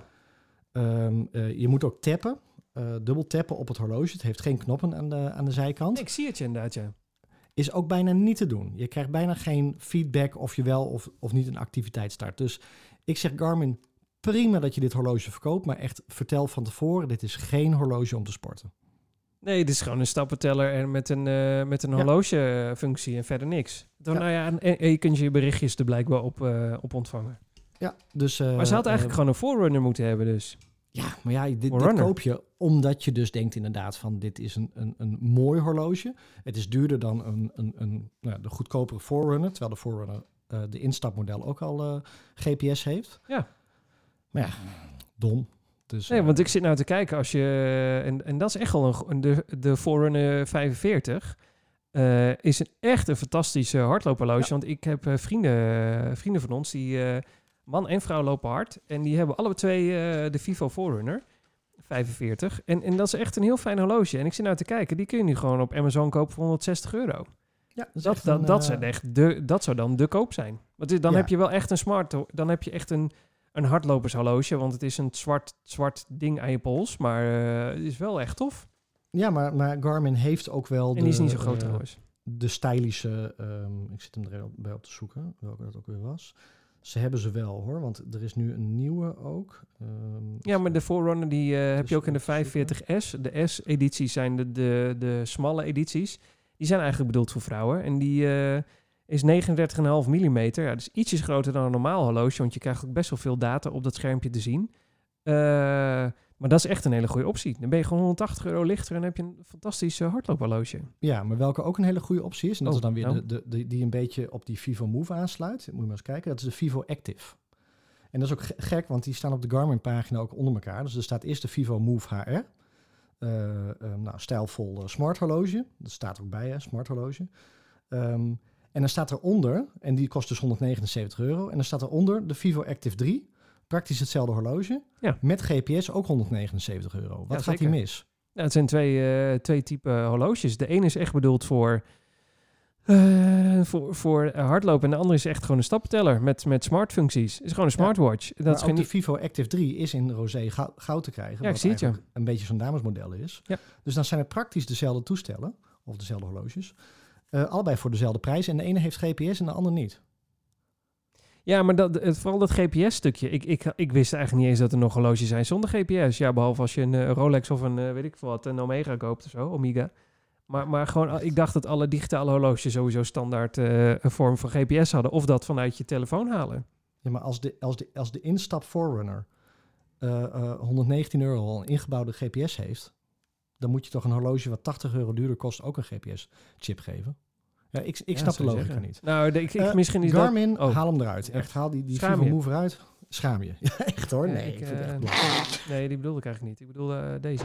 Um, uh, je moet ook tappen, uh, dubbel tappen op het horloge. Het heeft geen knoppen aan de, aan de zijkant. ik zie het je inderdaad, ja. Is ook bijna niet te doen. Je krijgt bijna geen feedback of je wel of, of niet een activiteit start. Dus ik zeg Garmin, prima dat je dit horloge verkoopt, maar echt vertel van tevoren, dit is geen horloge om te sporten. Nee, dit is gewoon een stappenteller en met een, uh, met een Ja. horlogefunctie en verder niks. Dan, Ja. Nou ja, en, en je kunt je berichtjes er blijkbaar op, uh, op ontvangen. Ja, dus, uh, Maar ze had eigenlijk uh, gewoon een Forerunner moeten hebben dus. Ja, maar ja, dit, dit Forerunner. koop je omdat je dus denkt inderdaad van dit is een, een, een mooi horloge. Het is duurder dan een, een, een, nou, de goedkopere Forerunner, terwijl de Forerunner uh, de instapmodel ook al uh, G P S heeft. Ja. Maar ja, dom. Dus, Nee, uh, want ik zit nou te kijken als je... En, en dat is echt wel een... go- De, de Forerunner vijfenveertig uh, is een echt een fantastische hardloophorloge. Ja. Want ik heb uh, vrienden, vrienden van ons die... Uh, man en vrouw lopen hard. En die hebben alle twee uh, de Vivo Forerunner vijfenveertig. En, en dat is echt een heel fijn horloge. En ik zit nou te kijken, die kun je nu gewoon op Amazon kopen voor honderdzestig euro. ja, is Dat, echt dat, een, dat, uh, zijn echt de, dat zou dan de koop zijn. Want dit- dan Ja. heb je wel echt een smart... Dan heb je echt een, een hardlopershorloge. Want het is een zwart, zwart ding aan je pols. Maar uh, het is wel echt tof. Ja, maar, maar Garmin heeft ook wel En de, die is niet zo groot uh, trouwens. de stylische... Um, ik zit hem er bij op te zoeken, welke dat ook weer was. Ze hebben ze wel hoor, want er is nu een nieuwe ook. Um, Ja, maar de Forerunner die uh, heb Dus je ook in de even vijfenveertig S. De S-edities zijn de, de, de smalle edities. Die zijn eigenlijk bedoeld voor vrouwen. En die uh, is negenendertig komma vijf millimeter. Ja, dus ietsjes groter dan een normaal horloge. Want je krijgt ook best wel veel data op dat schermpje te zien. Uh, maar dat is echt een hele goede optie. Dan ben je gewoon honderdtachtig euro lichter en heb je een fantastisch uh, hardloophorloge. Ja, maar welke ook een hele goede optie is, en dat Oh, is dan weer nou. de, de, de, die een beetje op die Vivo Move aansluit. Moet je maar eens kijken, dat is de Vivo Active. En dat is ook ge- gek, want die staan op de Garmin-pagina ook onder elkaar. Dus er staat eerst de Vivo Move H R. Uh, uh, nou, stijlvol uh, smart horloge. Dat staat ook bij, hè, smart horloge. Um, en dan staat eronder, en die kost dus honderdnegenenzeventig euro. En dan staat eronder de Vivo Active drie. Praktisch hetzelfde horloge. Ja. Met G P S ook honderdnegenenzeventig euro. Wat Ja, gaat hier zeker. mis? Ja, het zijn twee, uh, twee typen horloges. De ene is echt bedoeld voor, uh, voor, voor hardlopen. En de andere is echt gewoon een stappenteller met, met smartfuncties. Het is gewoon een smartwatch. Dat Maar is ook geen... de Vivo Active drie is in roze gou- goud te krijgen. Ja, ik wat zie het, ja. eigenlijk een beetje zo'n damesmodel is. Ja. Dus dan zijn het praktisch dezelfde toestellen, of dezelfde horloges. Uh, allebei voor dezelfde prijs. En de ene heeft G P S en de ander niet. Ja, maar dat, het, vooral dat G P S-stukje. Ik, ik, ik wist eigenlijk niet eens dat er nog horloges zijn zonder G P S. Ja, behalve als je een uh, Rolex of een, uh, weet ik veel wat, een Omega koopt of zo, Omega. Maar, maar gewoon, ik dacht dat alle digitale horloges sowieso standaard uh, een vorm van G P S hadden. Of dat vanuit je telefoon halen. Ja, maar als de, als de, als de instap Forerunner uh, uh, honderdnegentien euro al een ingebouwde G P S heeft, dan moet je toch een horloge wat tachtig euro duurder kost ook een G P S-chip geven. Ja, ik ik Ja, snap de zou je logica zeggen. niet. Nou, de, ik, ik, Uh, misschien is Garmin, dat... Oh, haal hem eruit. Ja. Echt, haal die, die Schaam Vivo je. Move eruit. Schaam je. Ja, echt hoor. Ja, Nee, ik, ik, vind het uh, echt belachelijk. nee, die bedoelde ik eigenlijk niet. Ik bedoelde uh, deze.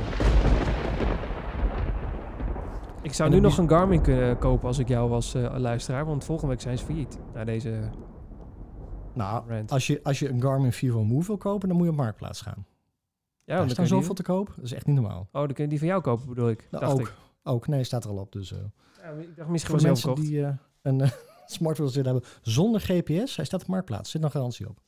Ik zou En nu dan nog een Garmin kunnen kopen als ik jou was uh, luisteraar, want volgende week zijn ze failliet. Na deze... Nou, rant. als je, als je een Garmin Vivo Move wil kopen, dan moet je op Marktplaats gaan. Ja, Daar dan staan kun je zoveel die... te koop. Dat is echt niet normaal. Oh, dan kun je die van jou kopen, bedoel ik. Nou, dacht ook. ik. Ook, nee, staat er al op. Dus, uh, Ja, ik dacht misschien voor de wel zelf mensen gekocht. die uh, een uh, smartwatch willen hebben zonder G P S, hij staat op Marktplaats. Zit nog garantie op.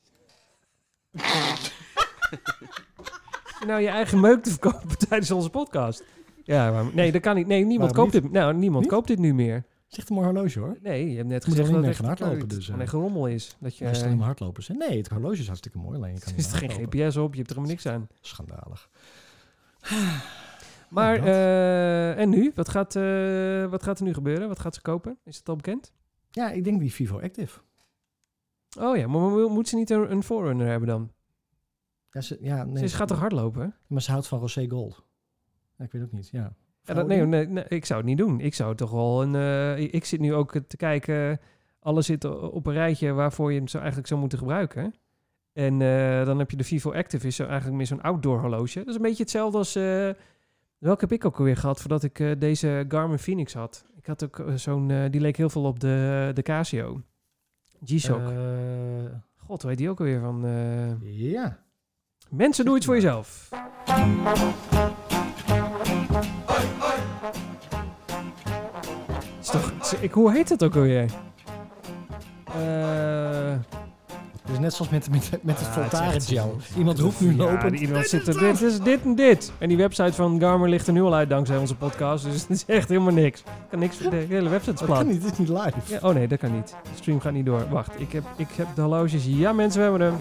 Nou, je eigen meuk te verkopen tijdens onze podcast. Ja, maar nee, dat kan niet. Nee, niemand Waarom koopt dit. Nou, niemand Niet? koopt dit nu meer. Het is echt een mooi horloge hoor. Nee, je hebt net Moet er gezegd niet dat mee het gaan echt hardlopen, een dus, gewoon uh, een gerommel is. Dat je, Maar stel je maar hardlopers. Nee, het horloge is hartstikke mooi. Alleen je kan er niet is geen hardlopen. G P S op, je hebt er helemaal niks aan. Schandalig. Maar, dat. uh, en nu? Wat gaat, uh, wat gaat er nu gebeuren? Wat gaat ze kopen? Is het al bekend? Ja, ik denk die Vivo Active. Oh ja, maar mo- moet ze niet een, een Forerunner hebben dan? Ja, ze, ja, nee, ze gaat toch hardlopen? Hè? Maar ze houdt van Rosé Gold. Ja, ik weet ook niet, ja. Ja, dat, nee, nee, nee, ik zou het niet doen. Ik zou toch wel een... Uh, ik, ik zit nu ook te kijken... Alles zit op een rijtje waarvoor je hem zo eigenlijk zou moeten gebruiken. En uh, dan heb je de Vivo Active, is zo eigenlijk meer zo'n outdoor horloge. Dat is een beetje hetzelfde als... Uh, welke heb ik ook alweer gehad voordat ik uh, deze Garmin Phoenix had? Ik had ook uh, zo'n... Uh, die leek heel veel op de, de Casio. G-Shock. Uh, God, weet die ook alweer van... Uh... Ja. Mensen, doe iets voor jezelf. Is toch, ik, hoe heet het ook alweer? Uh, Het is net zoals met, met, met het ah, Voltaren het gel. Iemand roept nu ja, lopend. Iemand zit er, dit is dit en dit. En die website van Garmin ligt er nu al uit dankzij onze podcast. Dus het is echt helemaal niks. Ik kan niks, de hele website is Dat plat. kan niet, het is niet live. Ja, oh nee, dat kan niet. De stream gaat niet door. Wacht, ik heb, ik heb de horloges. Ja, mensen, we hebben hem.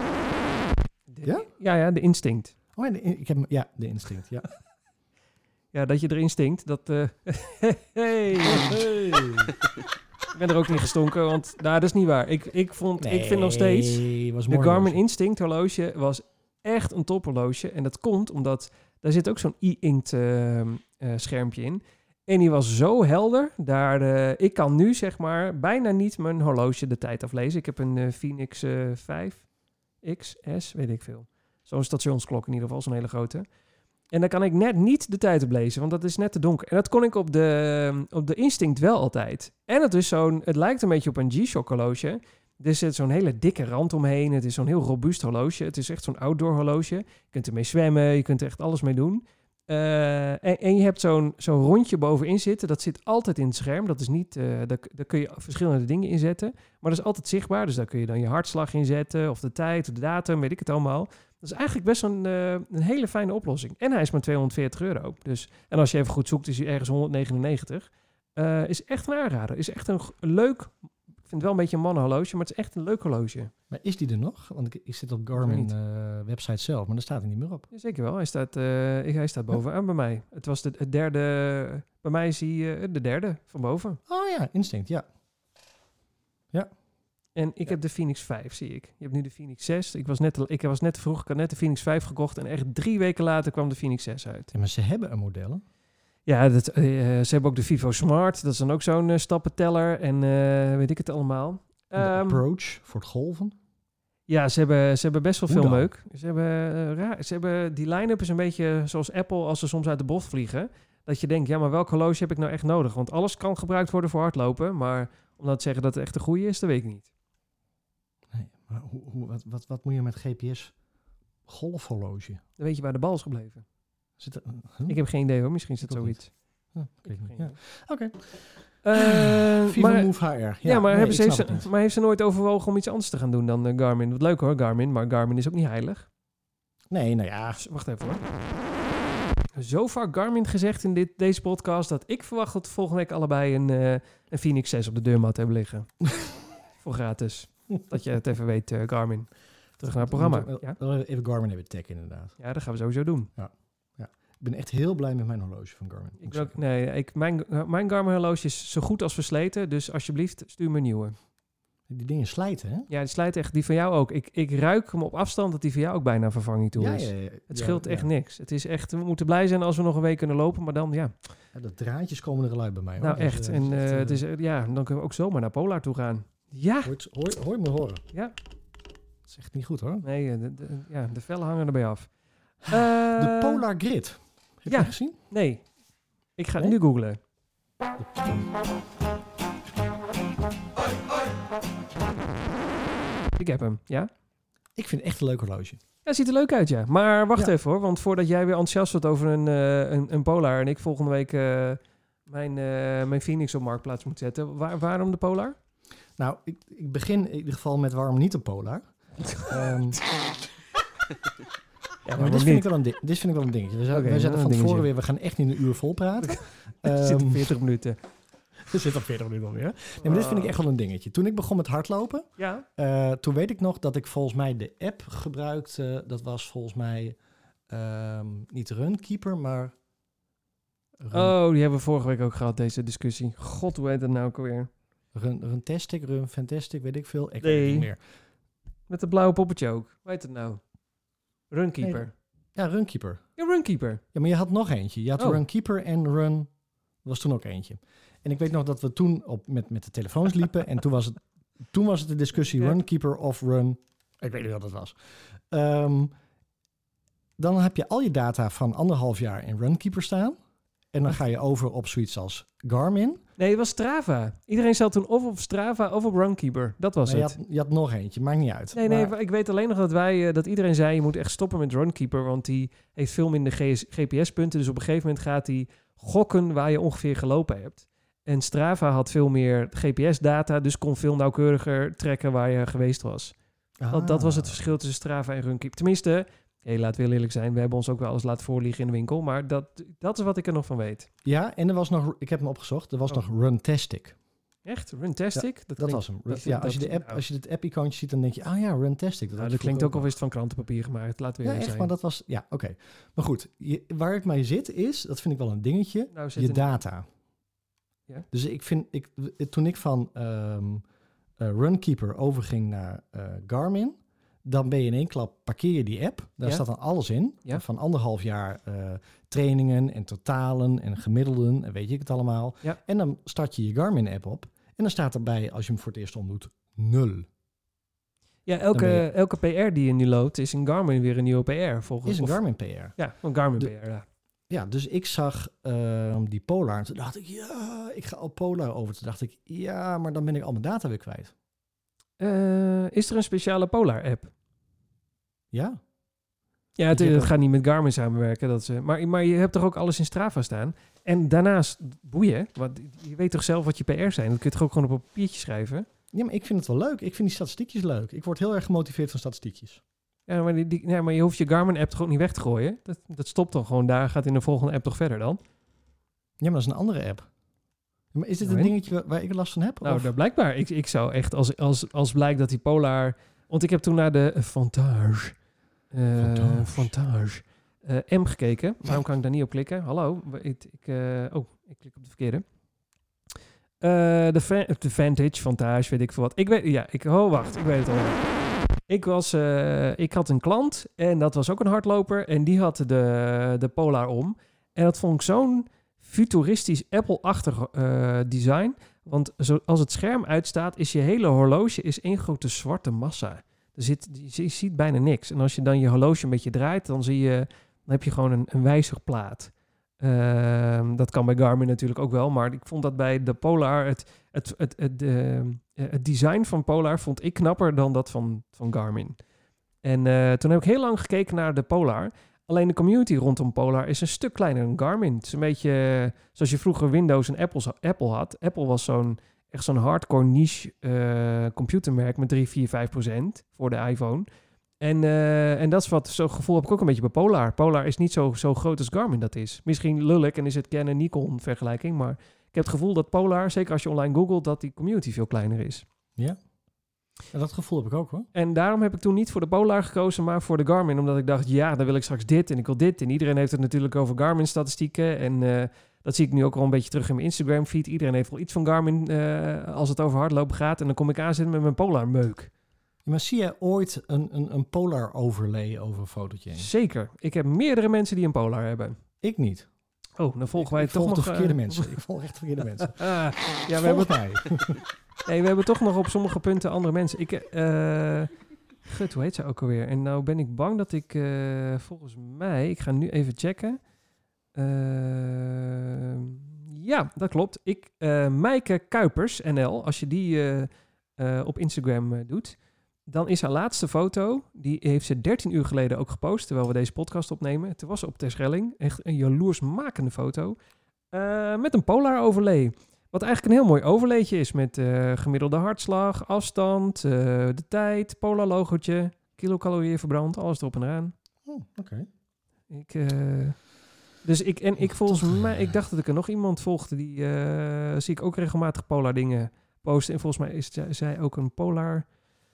De, Ja? Ja, ja, de Instinct. Oh, ja, de, ik heb, ja, de instinct, ja. Ja, dat je erin stinkt, dat... Uh, hey, hey. Ik ben er ook niet gestonken, want nou, dat is niet waar. Ik, ik, vond, Nee, ik vind nog steeds... was De mooi Garmin horloge. Instinct horloge was echt een tophorloge. En dat komt omdat... Daar zit ook zo'n e-inkt uh, uh, schermpje in. En die was zo helder. Daar, uh, ik kan nu zeg maar bijna niet mijn horloge de tijd aflezen. Ik heb een uh, Phoenix uh, vijf X S, weet ik veel. Zo'n stationsklok in ieder geval, zo'n hele grote. En dan kan ik net niet de tijd oplezen, want dat is net te donker. En dat kon ik op de, op de Instinct wel altijd. En het is zo'n, het lijkt een beetje op een G-Shock horloge. Er zit zo'n hele dikke rand omheen. Het is zo'n heel robuust horloge. Het is echt zo'n outdoor horloge. Je kunt ermee zwemmen, je kunt er echt alles mee doen. Uh, en, en je hebt zo'n, zo'n rondje bovenin zitten. Dat zit altijd in het scherm. Dat is niet, uh, daar, daar kun je verschillende dingen in zetten. Maar dat is altijd zichtbaar. Dus daar kun je dan je hartslag in zetten. Of de tijd, of de datum, weet ik het allemaal. Dat is eigenlijk best een, uh, een hele fijne oplossing. En hij is maar tweehonderdveertig euro. Dus, en als je even goed zoekt, is hij ergens honderdnegenennegentig. Uh, is echt een aanrader. Is echt een, een leuk... Ik vind het wel een beetje een mannenhorloge, maar het is echt een leuk horloge. Maar is die er nog? Want ik, ik zit op Garmin uh, website zelf, maar daar staat hij niet meer op. Ja, zeker wel. Hij staat, uh, hij staat bovenaan ja. bij mij. Het was de, het derde... Bij mij is hij uh, de derde van boven. Oh ja, Instinct, ja. Ja. En ik ja. heb de Phoenix vijf, zie ik. Je hebt nu de Phoenix zes. Ik was net, ik was net vroeg, ik had net de Phoenix vijf gekocht en echt drie weken later kwam de Phoenix zes uit. Ja, maar ze hebben een model, hè? Ja, dat, uh, ze hebben ook de Vivo Smart. Dat is dan ook zo'n uh, stappenteller en uh, weet ik het allemaal. De um, Approach voor het golven. Ja, ze hebben, ze hebben best wel Hoe veel dan? meuk. Ze hebben, uh, raar, ze hebben, die line-up is een beetje zoals Apple als ze soms uit de bocht vliegen. Dat je denkt, ja, maar welk horloge heb ik nou echt nodig? Want alles kan gebruikt worden voor hardlopen. Maar om dat te zeggen dat het echt de goede is, dat weet ik niet. Nee, maar hoe, hoe, wat, wat, wat moet je met G P S golfhorloge? Dan weet je waar de bal is gebleven. Zit er, huh? Ik heb geen idee hoor, misschien zit Ik ook zoiets. Huh, ik weet niet. Ja. Oké. Okay. Uh, Vivo maar, Move H R. Ja, ja, maar, nee, hebben ze, heeft ze, ze, maar heeft ze nooit overwogen om iets anders te gaan doen dan uh, Garmin? Wat leuk hoor, Garmin, maar Garmin is ook niet heilig. Nee, nou ja. Dus, wacht even hoor. Zo vaak Garmin gezegd in dit, deze podcast dat ik verwacht dat we volgende week allebei een, uh, een Phoenix zes op de deurmat hebben liggen. Voor gratis. Dat je het even weet, uh, Garmin. Terug naar het programma. Ja? Ja? Even Garmin hebben tech inderdaad. Ja, dat gaan we sowieso doen. Ja. Ja. Ik ben echt heel blij met mijn horloge van Garmin. Ik ook, nee, ik, mijn, mijn Garmin horloge is zo goed als versleten. Dus alsjeblieft, stuur me een nieuwe. Die dingen slijten, hè? Ja, die slijt echt. Die van jou ook. Ik, ik ruik hem op afstand dat die van jou ook bijna vervanging toe Ja, is. ja, ja. Het Ja, scheelt ja. echt niks. Het is echt, we moeten blij zijn als we nog een week kunnen lopen, maar dan ja. Ja, de draadjes komen er al uit bij mij. Hoor. Nou Dus, echt. eh, En het is echt, eh, eh, het is, eh, ja, dan kunnen we ook zomaar naar Polar toe gaan. Ja. Hoor, je- hoor, hoor je me horen? Ja. Dat is echt niet goed, hoor. Nee, eh, de, de- ja, de vellen hangen erbij af. De Eh, Polar Grid. Heb je ja. die gezien? Nee. Ik ga het Nee? nu googlen. Ik heb hem, ja. Ik vind het echt een leuk horloge. Ja, ziet er leuk uit, ja. Maar wacht Ja. even hoor, want voordat jij weer enthousiast wordt over een, eh, een, een Polar en ik volgende week eh, mijn, eh, mijn Phoenix op Marktplaats moet zetten. Waar, waarom de Polar? Nou, ik, ik begin in ieder geval met waarom niet een Polar. Ehm, Ja, maar dit, vind ik wel een ding, dit vind ik wel een dingetje. We, zijn, Oké, we zetten een van dingetje. tevoren weer, we gaan echt niet een uur vol praten. Het zit op Ehm, veertig minuten. we zitten op veertig minuten alweer. Nee, maar dit vind ik echt wel een dingetje. Toen ik begon met hardlopen, Ja. uh, toen weet ik nog dat ik volgens mij de app gebruikte. Dat was volgens mij um, niet Runkeeper, maar... Run, Oh, die hebben we vorige week ook gehad, deze discussie. God, hoe heet dat nou ook alweer? Run, Runtastic, Run Fantastic, weet ik veel. Ik Nee. weet het niet meer. Met het blauwe poppetje ook. Hoe heet het nou? Runkeeper. Nee, ja, Runkeeper. Ja, Runkeeper. Ja, maar je had nog eentje. Je had Oh. Runkeeper en Run... Er was toen ook eentje. En ik weet nog dat we toen op, met, met de telefoons liepen. en toen was het, toen was het de discussie Ja. Runkeeper of Run... Ik weet niet wat het was. Um, dan heb je al je data van anderhalf jaar in Runkeeper staan. En dan ga je over op zoiets als Garmin. Nee, het was Strava. Iedereen zat toen of op Strava of op Runkeeper. Dat was Maar je, het. had, je had nog eentje, maakt niet uit. Nee, nee, Maar- ik weet alleen nog dat wij, eh, dat iedereen zei, je moet echt stoppen met Runkeeper, want die heeft veel minder G P S-punten. Dus op een gegeven moment gaat hij gokken waar je ongeveer gelopen hebt. En Strava had veel meer G P S-data, dus kon veel nauwkeuriger trekken waar je geweest was. Dat, dat was het Ah. verschil tussen Strava en Runkeeper. Tenminste, hey, laat wel eerlijk zijn, we hebben ons ook wel eens laten voorliggen in de winkel, maar dat, dat is wat ik er nog van weet. Ja, en er was nog... Ik heb hem opgezocht. Er was Oh. nog Runtastic. Echt? Runtastic? Dat klinkt- was hem. dat- ja, als je, dat- de app, nou. als je het app-icoontje ziet, dan denk je... Ah ja, Runtastic. Nou, had dat je klinkt vroeger ook alweer van krantenpapier gemaakt, laten we Ja, eerlijk echt, zijn. maar dat was... Ja, oké. Maar goed, je, waar ik mee zit is... Dat vind ik wel een dingetje. Nou, zet Je een- data. Ja? Dus ik vind... Ik, toen ik van ehm, eh, Runkeeper overging naar eh, Garmin... Dan ben je in één klap... Parkeer je die app. Daar Ja. staat dan alles in. Ja. Van anderhalf jaar eh, trainingen en totalen en gemiddelden... En weet je het allemaal. Ja. En dan start je je Garmin-app op. En dan staat erbij, als je hem voor het eerst ontmoet... Nul. Ja, Dan elke, ben je- elke P R die je nu loopt, is in Garmin weer een nieuwe P R. Volgens Is een of- Garmin P R. Ja, een Garmin De- P R, ja. Ja, dus ik zag ehm, die Polar en toen dacht ik, ja, ik ga op Polar over. Toen dacht ik, ja, maar dan ben ik al mijn data weer kwijt. Eh, is er een speciale Polar-app? Ja, Ja, het, Je hebt het ook- gaat niet met Garmin samenwerken. Dat ze, maar, maar je hebt toch ook alles in Strava staan? En daarnaast, boeien, want je weet toch zelf wat je P R's zijn? Dat kun je toch ook gewoon op een papiertje schrijven? ja, maar ik vind het wel leuk. Ik vind die statistiekjes leuk. Ik word heel erg gemotiveerd van statistiekjes. Ja, maar, die, die, ja, maar je hoeft je Garmin-app toch ook niet weg te gooien? Dat, dat stopt dan gewoon daar, gaat in de volgende app toch verder dan? Ja, maar dat is een andere app. Maar is dit Nou, een en? dingetje waar, waar ik last van heb? Nou, Of- daar blijkbaar. Ik, ik zou echt, als, als, als blijkt dat die Polar... Want ik heb toen naar de Vantage... eh, Vantage. Vantage. eh, M gekeken. Waarom kan ik daar niet op klikken? Hallo. Ik, ik, eh, oh, ik klik op de verkeerde. Eh, de, fa- de Vantage, Vantage, weet ik veel wat. Ik weet... Ja, ik... Oh, wacht. Ik weet het al. Ik was... eh, ik had een klant en dat was ook een hardloper. En die had de, de Polar om. En dat vond ik zo'n futuristisch Apple-achtig eh, design. Want zo, als het scherm uitstaat, is je hele horloge is één grote zwarte massa. Er zit, je, je ziet bijna niks. En als je dan je horloge een beetje draait, dan zie je, dan heb je gewoon een, een wijzigplaat. Ehm, dat kan bij Garmin natuurlijk ook wel, maar ik vond dat bij de Polar, het, het, het, het, eh, het design van Polar vond ik knapper dan dat van, van Garmin. En eh, toen heb ik heel lang gekeken naar de Polar. Alleen de community rondom Polar is een stuk kleiner dan Garmin. Het is een beetje eh, zoals je vroeger Windows en Apple, Apple had. Apple was zo'n echt zo'n hardcore niche eh, computermerk met drie, vier, vijf procent voor de iPhone. En, eh, en dat is wat, zo'n gevoel heb ik ook een beetje bij Polar. Polar is niet zo, zo groot als Garmin dat is. Misschien lullig en is het Canon Nikon vergelijking, maar ik heb het gevoel dat Polar, zeker als je online googelt, dat die community veel kleiner is. Ja? Ja, dat gevoel heb ik ook hoor. En daarom heb ik toen niet voor de Polar gekozen, maar voor de Garmin. Omdat ik dacht, ja, dan wil ik straks dit en ik wil dit. En iedereen heeft het natuurlijk over Garmin-statistieken. En uh, Dat zie ik nu ook al een beetje terug in mijn Instagram feed. Iedereen heeft wel iets van Garmin uh, als het over hardlopen gaat. En dan kom ik aanzetten met mijn Polar meuk. Maar zie je ooit een, een, een Polar overlay over een fotootje heen? Zeker. Ik heb meerdere mensen die een Polar hebben. Ik niet. Oh, dan volgen ik, wij ik toch volg nog... de verkeerde uh, mensen. Ik volg echt de verkeerde mensen. uh, ja, we Volg hebben, mij. nee, we hebben toch nog op sommige punten andere mensen. Ik... Uh, gut, hoe heet ze ook alweer? En nou ben ik bang dat ik uh, volgens mij... Ik ga nu even checken. Uh, ja, dat klopt. Ik, uh, Maaike Kuipers, N L, als je die uh, uh, op Instagram uh, doet... Dan is haar laatste foto, die heeft ze dertien uur geleden ook gepost, terwijl we deze podcast opnemen. Het was op Terschelling, echt een jaloersmakende foto, uh, met een Polar overlay. Wat eigenlijk een heel mooi overlaytje is met uh, gemiddelde hartslag, afstand, uh, de tijd, Polar logootje, kilocalorieën verbrand, alles erop en eraan. Oh, oké. Okay. Ik, uh, dus ik, en ik volgens mij, ik dacht dat ik er nog iemand volgde, die uh, zie ik ook regelmatig Polar dingen posten. En volgens mij is zij ook een Polar...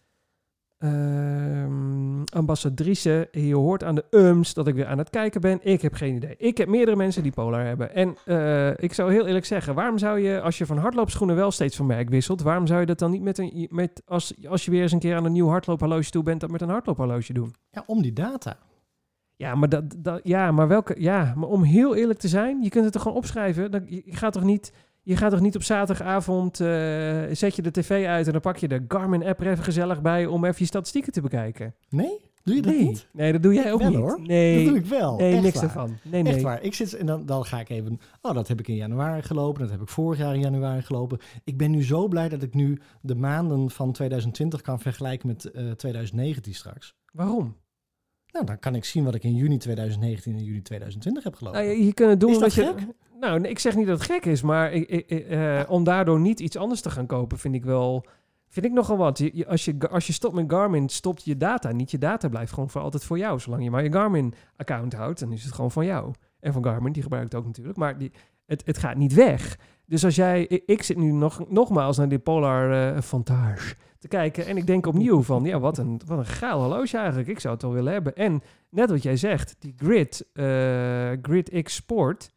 Um, ambassadrice, je hoort aan de ums dat ik weer aan het kijken ben. Ik heb geen idee. Ik heb meerdere mensen die Polar hebben. En uh, ik zou heel eerlijk zeggen, waarom zou je, als je van hardloopschoenen wel steeds van merk wisselt, waarom zou je dat dan niet met een, met als, als je weer eens een keer aan een nieuw hardloophorloge toe bent, dat met een hardloophorloge doen? Ja, om die data. Ja, maar dat, dat, ja, maar welke, ja, maar om heel eerlijk te zijn, je kunt het er gewoon opschrijven. Dan, je gaat toch niet... Je gaat toch niet op zaterdagavond, uh, zet je de tv uit en dan pak je de Garmin-app er even gezellig bij om even je statistieken te bekijken? Nee? Doe je dat nee. niet? Nee, dat doe jij ik ook wel, niet. Hoor. Nee, dat doe ik wel. Nee, Echt niks waar. ervan. Nee, nee. Echt waar. Ik zit en dan, dan ga ik even... Oh, dat heb ik in januari gelopen. Dat heb ik vorig jaar in januari gelopen. Ik ben nu zo blij dat ik nu de maanden van twintig twintig kan vergelijken met uh, twintig negentien straks. Waarom? Nou, dan kan ik zien wat ik in juni twintig negentien en juli twintig twintig heb gelopen. Nou, je kunt het doen is dat je... gek? Nou, nee, ik zeg niet dat het gek is, maar ik, ik, uh, ja. om daardoor niet iets anders te gaan kopen, vind ik wel... Vind ik nogal wat. Je, als, je, als je stopt met Garmin, stopt je data. Niet je data blijft gewoon voor altijd voor jou. Zolang je maar je Garmin-account houdt, dan is het gewoon van jou. En van Garmin, die gebruikt het ook natuurlijk. Maar die, het, het gaat niet weg. Dus als jij... Ik, ik zit nu nog, nogmaals naar die Polar uh, Vantage te kijken. En ik denk opnieuw van, ja, wat een, wat een gaal horloge eigenlijk. Ik zou het wel willen hebben. En net wat jij zegt, die Grid, uh, Grid X Sport...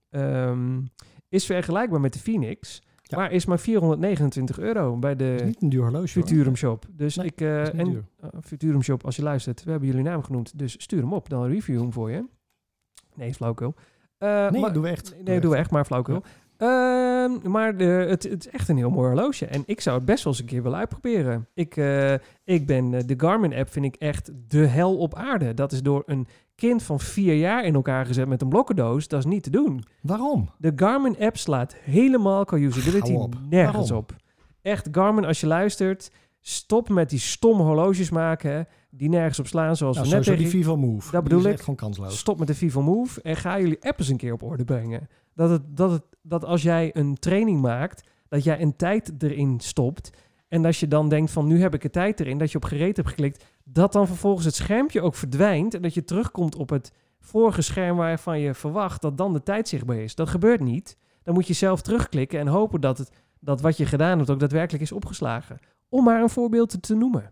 Um, is vergelijkbaar met de Phoenix... Ja. Maar is maar vierhonderdnegenentwintig euro bij de niet een duur horloge, Futurum hoor. Shop. Dus nee, ik uh, en duur. Uh, Futurum Shop, als je luistert, we hebben jullie naam genoemd, dus stuur hem op, dan review hem voor je. Nee, is flauwkul. Uh, nee, maar, doen we echt. Nee, doen we, doen we echt, maar flauwkul. Ja. Uh, maar de, het, het is echt een heel mooi horloge. En ik zou het best wel eens een keer willen uitproberen. Ik, uh, ik ben uh, de Garmin-app vind ik echt de hel op aarde. Dat is door een kind van vier jaar in elkaar gezet met een blokkendoos. Dat is niet te doen. Waarom? De Garmin-app slaat helemaal qua usability nergens Waarom? op. Echt, Garmin, als je luistert, stop met die stomme horloges maken die nergens op slaan, zoals nou, we net tegen... die Vivo Move. Dat bedoel die is ik. echt gewoon kansloos. Stop met de Vivo Move en ga jullie app eens een keer op orde brengen. Dat, het, dat, het, dat als jij een training maakt, dat jij een tijd erin stopt en als je dan denkt van nu heb ik een tijd erin, dat je op gereed hebt geklikt, dat dan vervolgens het schermpje ook verdwijnt en dat je terugkomt op het vorige scherm waarvan je verwacht dat dan de tijd zichtbaar is. Dat gebeurt niet. Dan moet je zelf terugklikken en hopen dat, het, dat wat je gedaan hebt ook daadwerkelijk is opgeslagen. Om maar een voorbeeld te, te noemen.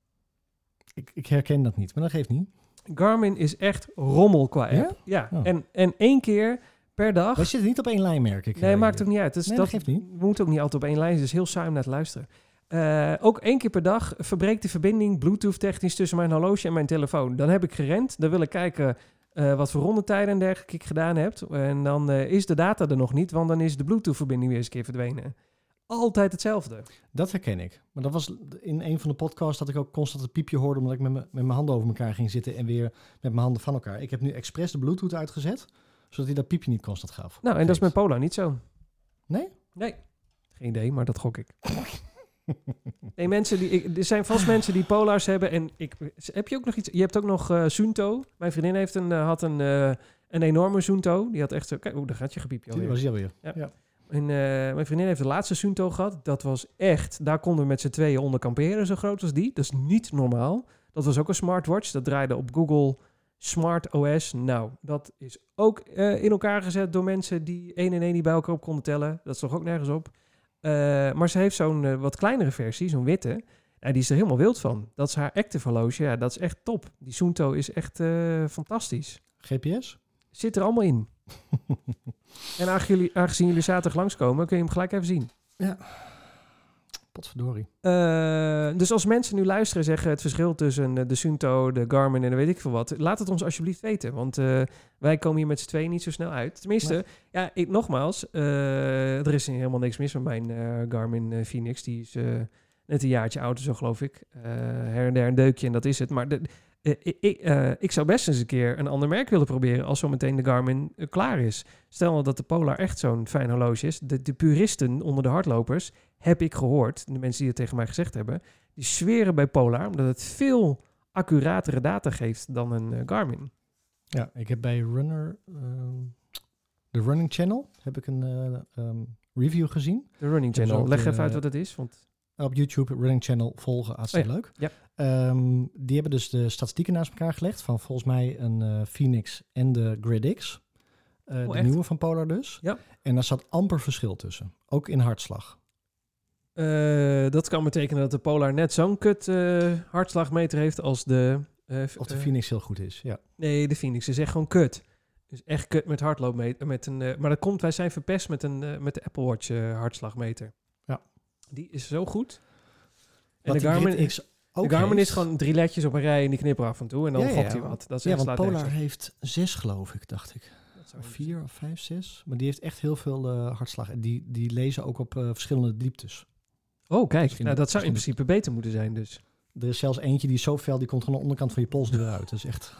Ik, ik herken dat niet, maar dat geeft niet. Garmin is echt rommel qua app. Ja, ja. Oh. En, en één keer per dag... We zitten niet op één lijn, merk ik. Nee, maakt ook niet uit. Dus nee, dat, dat geeft niet. We moeten ook niet altijd op één lijn. Het is heel saai om naar te luisteren. Uh, ook één keer per dag verbreekt de verbinding Bluetooth technisch tussen mijn horloge en mijn telefoon. Dan heb ik gerend. Dan wil ik kijken uh, wat voor rondetijden en dergelijke ik gedaan heb. En dan uh, is de data er nog niet, want dan is de Bluetooth-verbinding weer eens een keer verdwenen. Altijd hetzelfde. Dat herken ik. Maar dat was in een van de podcasts dat ik ook constant het piepje hoorde, omdat ik met, me, met mijn handen over elkaar ging zitten en weer met mijn handen van elkaar. Ik heb nu expres de Bluetooth uitgezet, zodat hij dat piepje niet constant gaf. Nou, en dat is met Polar niet zo. Nee? Nee. Geen idee, maar dat gok ik. Nee, mensen die, ik, er zijn vast mensen die Polars hebben en ik, heb je ook nog iets? Je hebt ook nog uh, Suunto. Mijn vriendin heeft een, uh, had een, uh, een enorme Suunto. Die had echt zo, kijk, oeh, daar gaat je gepiepje alweer. Dat was hij alweer. Ja. Ja. En uh, mijn vriendin heeft de laatste Suunto gehad. Dat was echt, daar konden we met z'n tweeën onder kamperen, zo groot als die. Dat is niet normaal. Dat was ook een smartwatch. Dat draaide op Google Smart O S. Nou, dat is ook uh, in elkaar gezet door mensen die één en één niet bij elkaar op konden tellen. Dat is toch ook nergens op. Uh, maar ze heeft zo'n uh, wat kleinere versie, zo'n witte. Nou, die is er helemaal wild van. Dat is haar active horloge. Ja, dat is echt top. Die Suunto is echt uh, fantastisch. G P S? Zit er allemaal in. En aangezien jullie, aangezien jullie zaterdag langskomen, kun je hem gelijk even zien. Ja. Potverdorie. Uh, dus als mensen nu luisteren en zeggen het verschil tussen de Suunto, de Garmin en dan weet ik veel wat. Laat het ons alsjeblieft weten. Want uh, wij komen hier met z'n tweeën niet zo snel uit. Tenminste, nee. ja, ik, nogmaals, uh, er is helemaal niks mis met mijn uh, Garmin uh, Fenix. Die is uh, net een jaartje ouder, zo geloof ik. Uh, her en der een deukje en dat is het. Maar de, uh, ik, uh, ik zou best eens een keer een ander merk willen proberen als zo meteen de Garmin uh, klaar is. Stel nou dat de Polar echt zo'n fijn horloge is. De, de puristen onder de hardlopers, heb ik gehoord, de mensen die het tegen mij gezegd hebben, die zweren bij Polar, omdat het veel accuratere data geeft dan een uh, Garmin. Ja, ik heb bij Runner, uh, de Running Channel, heb ik een uh, um, review gezien. De Running Channel, leg de, even uit wat het is. Want... Op YouTube, Running Channel, volgen, hartstikke oh, ja. leuk. Ja. Um, die hebben dus de statistieken naast elkaar gelegd van volgens mij een uh, Fenix en de Grid X. Uh, oh, de echt? nieuwe van Polar dus. Ja. En daar zat amper verschil tussen, ook in hartslag. Uh, dat kan betekenen dat de Polar net zo'n kut uh, hartslagmeter heeft als de... Uh, of de uh, Fenix heel goed is, ja. Nee, de Fenix is echt gewoon kut. Dus echt kut met hardloopmeter. Met een, uh, maar dat komt, wij zijn verpest met, een, uh, met de Apple Watch uh, hartslagmeter. Ja. Die is zo goed. En Wat de Garmin, X ook de Garmin heeft, is gewoon drie ledjes op een rij en die knipperen af en toe. En dan ja, gokt ja, hij wat. Dat is ja, echt want slaat Polar nergens op. heeft zes, geloof ik, dacht ik. Of vier of vijf, zes. Maar die heeft echt heel veel uh, hartslag. En die, die lezen ook op uh, verschillende dieptes. Oh, kijk. Misschien Nou, dat zou in misschien principe beter moeten zijn dus. Er is zelfs eentje die is zo fel, die komt gewoon aan de onderkant van je polsdeur uit. Dat is echt...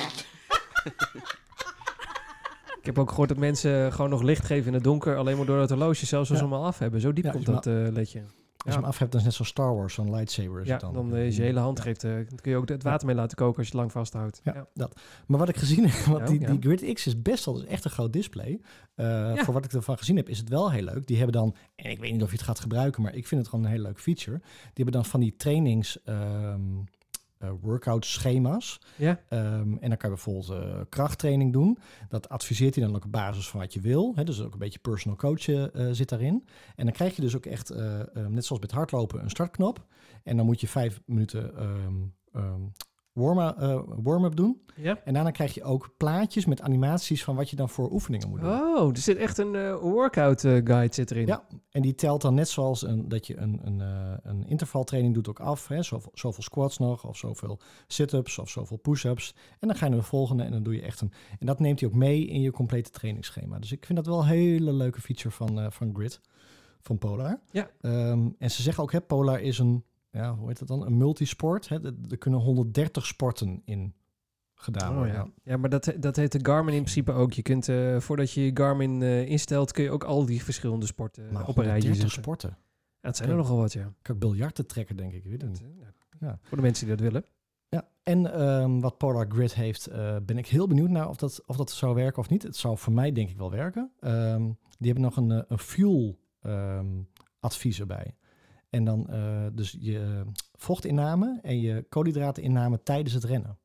Ik heb ook gehoord dat mensen gewoon nog licht geven in het donker, alleen maar door het horloge, zelfs als Ja. ze hem al af hebben. Zo diep Ja, komt je dat uh, ledje. Als je hem af hebt, dan is het net zoals Star Wars, zo'n lightsaber. Is Ja, het dan dan uh, is je hele hand Ja. geeft, uh, dan kun je ook het water mee laten koken als je het lang vasthoudt. Ja, Ja. dat. Maar wat ik gezien heb, want Ja, die, ja. die Grid X is best wel dus echt een groot display. Uh, Ja. Voor wat ik ervan gezien heb, is het wel heel leuk. Die hebben dan, en ik weet niet of je het gaat gebruiken, maar ik vind het gewoon een heel leuk feature. Die hebben dan van die trainings um, uh, workout schema's. Ja? Um, en dan kan je bijvoorbeeld uh, krachttraining doen. Dat adviseert hij dan ook op basis van wat je wil. Hè? Dus ook een beetje personal coachen uh, zit daarin. En dan krijg je dus ook echt, uh, um, net zoals met hardlopen, een startknop. En dan moet je vijf minuten um, um, warm-up, uh, warm-up doen. Ja? En daarna krijg je ook plaatjes met animaties van wat je dan voor oefeningen moet doen. Oh, er zit echt een uh, workout uh, guide zit erin. Ja, en die telt dan net zoals een, dat je een, een, uh, een intervaltraining doet ook af. Hè? Zoveel, zoveel squats nog, of zoveel sit-ups, of zoveel push-ups. En dan ga je naar de volgende en dan doe je echt een... En dat neemt hij ook mee in je complete trainingsschema. Dus ik vind dat wel een hele leuke feature van, uh, van Grid, van Polar. Ja. Um, en ze zeggen ook, hè, Polar is een, ja, hoe heet dat dan? Een multisport. Hè? Er, er kunnen honderddertig sporten in gedaan Oh, worden. ja. ja, maar dat, dat heet de Garmin in principe ook. Je kunt, uh, voordat je je Garmin uh, instelt, kun je ook al die verschillende sporten Maar op een rijtje zetten. sporten. Ja, het zijn er nogal wat, ja. Kan ik biljarten trekken, denk ik. Ik weet het Dat, niet. uh, Ja. Voor de mensen die dat willen. Ja, en um, wat Polar Grid heeft, uh, ben ik heel benieuwd naar of dat, of dat zou werken of niet. Het zou voor mij denk ik wel werken. Um, die hebben nog een, uh, een fuel um, advies erbij. En dan uh, dus je vochtinname en je koolhydrateninname tijdens het rennen.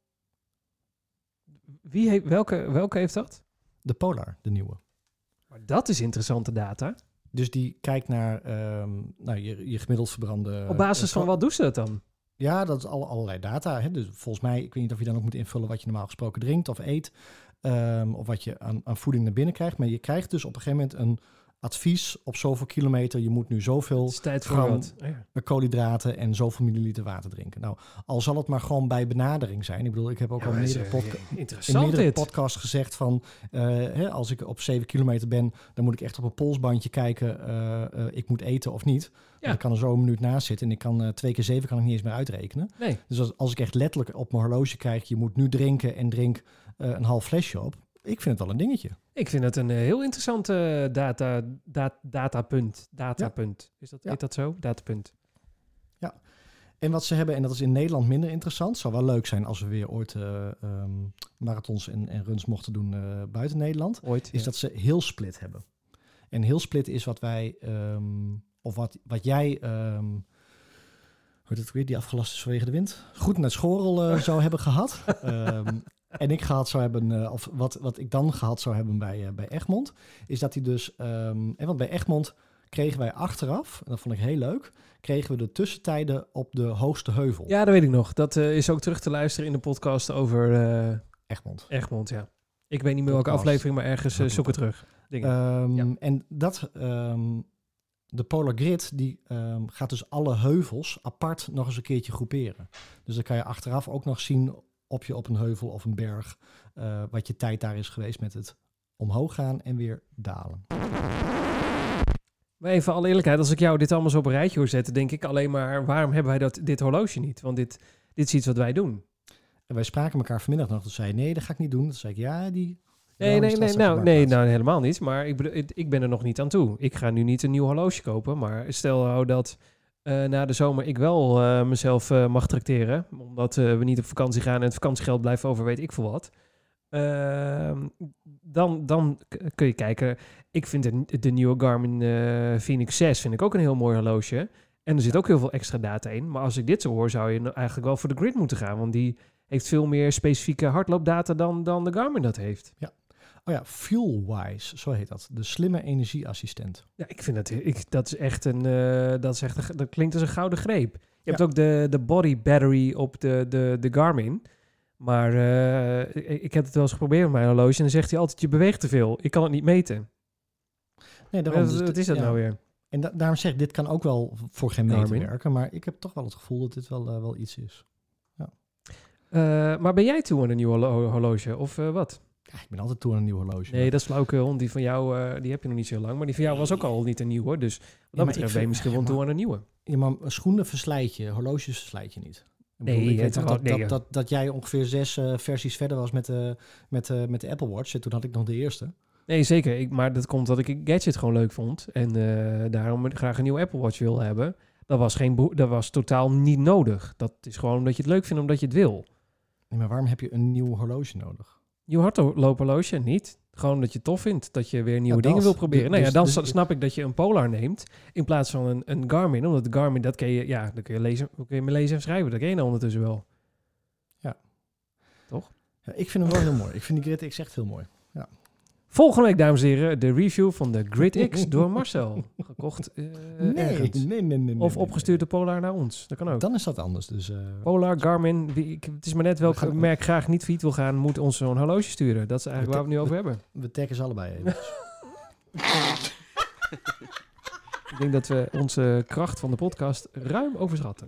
Wie heeft, welke, welke heeft dat? De Polar, de nieuwe. Maar dat is interessante data. Dus die kijkt naar um, nou, je, je gemiddeld verbrande... Op basis uh, van wat doen ze dat dan? Ja, dat is al, allerlei data. Hè? Dus volgens mij, ik weet niet of je dan ook moet invullen wat je normaal gesproken drinkt of eet. Um, of wat je aan, aan voeding naar binnen krijgt. Maar je krijgt dus op een gegeven moment een advies op zoveel kilometer. Je moet nu zoveel Het is tijd voor gram wat. Oh, ja. koolhydraten en zoveel milliliter water drinken. Nou, al zal het maar gewoon bij benadering zijn. Ik bedoel, ik heb ook Ja, al maar meerdere, is, podca- uh, in interessant meerdere dit. podcasts gezegd van... Uh, hè, als ik op zeven kilometer ben, dan moet ik echt op een polsbandje kijken... Uh, uh, ik moet eten of niet. Ja. Ik kan er zo een minuut naast zitten en ik kan uh, twee keer zeven kan ik niet eens meer uitrekenen. Nee. Dus als, als ik echt letterlijk op mijn horloge krijg... je moet nu drinken en drink uh, een half flesje op... Ik vind het wel een dingetje. Ik vind het een uh, heel interessant uh, data, dat, datapunt. Datapunt. Is dat, Ja. heet dat zo? Datapunt. Ja. En wat ze hebben, en dat is in Nederland minder interessant... zou wel leuk zijn als we weer ooit uh, um, marathons en, en runs mochten doen uh, buiten Nederland... Ooit, is ja. dat ze heel split hebben. En heel split is wat wij... Um, of wat, wat jij... Um, hoe heet het weer? Die afgelast is vanwege de wind. Goed naar Schorel uh, zou hebben gehad. Um, En ik gehad zou hebben, uh, of wat, wat ik dan gehad zou hebben bij, uh, bij Egmond, is dat hij dus, um, en want bij Egmond kregen wij achteraf, en dat vond ik heel leuk, kregen we de tussentijden op de hoogste heuvel. Ja, dat weet ik nog. Dat uh, is ook terug te luisteren in de podcast over uh, Egmond. Egmond, ja. Ik weet niet meer welke Podcast. aflevering, maar ergens uh, zoek het terug. Dingen. Um, Ja. En dat, um, de Polar Grid, die um, gaat dus alle heuvels apart nog eens een keertje groeperen. Dus dan kan je achteraf ook nog zien op je op een heuvel of een berg, uh, wat je tijd daar is geweest met het omhoog gaan en weer dalen. Maar even alle eerlijkheid, als ik jou dit allemaal zo op een rijtje hoor zetten, denk ik alleen maar, waarom hebben wij dat, dit horloge niet? Want dit, dit is iets wat wij doen. En wij spraken elkaar vanmiddag nog, toen zei je, nee, dat ga ik niet doen. Toen zei ik, ja, die... Nee, nee, nee, nou, nee, nou, nou helemaal niet. Maar ik, bedoel, ik ben er nog niet aan toe. Ik ga nu niet een nieuw horloge kopen. Maar stel nou dat uh, na de zomer ik wel uh, mezelf uh, mag tracteren. Omdat uh, we niet op vakantie gaan en het vakantiegeld blijft over weet ik veel wat. Uh, dan, dan kun je kijken. Ik vind de, de nieuwe Garmin uh, Fenix zes vind ik ook een heel mooi horloge. En er zit ook heel veel extra data in. Maar als ik dit zo hoor, zou je eigenlijk wel voor de Grid moeten gaan. Want die heeft veel meer specifieke hardloopdata dan, dan de Garmin dat heeft. Ja. Oh ja, FuelWise, zo heet dat. De slimme energieassistent. Ja, ik vind dat, ik, dat is echt een, uh, dat is echt een, dat klinkt als een gouden greep. Je Ja. hebt ook de, de body battery op de, de, de Garmin. Maar uh, ik, ik heb het wel eens geprobeerd met mijn horloge en dan zegt hij altijd, je beweegt te veel. Ik kan het niet meten. Nee, daarom, Wat, dus wat is dat ja. nou weer? En da- daarom zeg ik, dit kan ook wel voor geen meter Garmin. werken. Maar ik heb toch wel het gevoel dat dit wel, uh, wel iets is. Uh, maar ben jij toe aan een nieuw horlo- horloge of uh, wat? Ja, ik ben altijd toe aan een nieuw horloge. Nee, dat is flauwekul. Die van jou, uh, die heb je nog niet zo lang. Maar die van jou was ook al niet een nieuwe. Dus wat dat maar betreft ik ben je vind- misschien ja, wel toe maar- aan een nieuwe. Ja, maar schoenen verslijt je, horloges verslijt je niet. Ik Nee, bedoel, ik weet het- toch dat, nee, dat, ja. dat, dat jij ongeveer zes uh, versies verder was met, uh, met, uh, met de Apple Watch. En toen had ik nog de eerste. Nee, zeker. Ik, maar dat komt dat ik een gadget gewoon leuk vond. En uh, daarom graag een nieuwe Apple Watch wil hebben. Dat was, geen beho- dat was totaal niet nodig. Dat is gewoon omdat je het leuk vindt, omdat je het wil. Nee, maar waarom heb je een nieuw horloge nodig? Nieuw hardloophorloge, niet. Gewoon omdat je het tof vindt. Dat je weer nieuwe Ja, dingen dat. wil proberen. Dus- nou ja, dan dus- sa- snap ik dat je een Polar neemt in plaats van een, een Garmin. Omdat de Garmin, dat kun je, ja, dat kun je lezen, dat kun je maar lezen en schrijven. Dat ken je nou ondertussen wel. Ja, ik vind hem wel heel mooi. Ik vind die Grid X echt heel mooi. Volgende week, dames en heren, de review van de Grid X door Marcel. Gekocht uh, Nee, ergens. nee, nee, nee, nee. Of nee, opgestuurd door Polar naar ons. Dat kan ook. Dan is dat anders. Dus, uh, Polar, Garmin, wie, ik, het is maar net welk We gaan- merk graag niet fiets wil gaan, moet ons zo'n horloge sturen. Dat is eigenlijk waar we het nu over hebben. we taggen ze allebei even. Ik denk dat we onze kracht van de podcast ruim overschatten.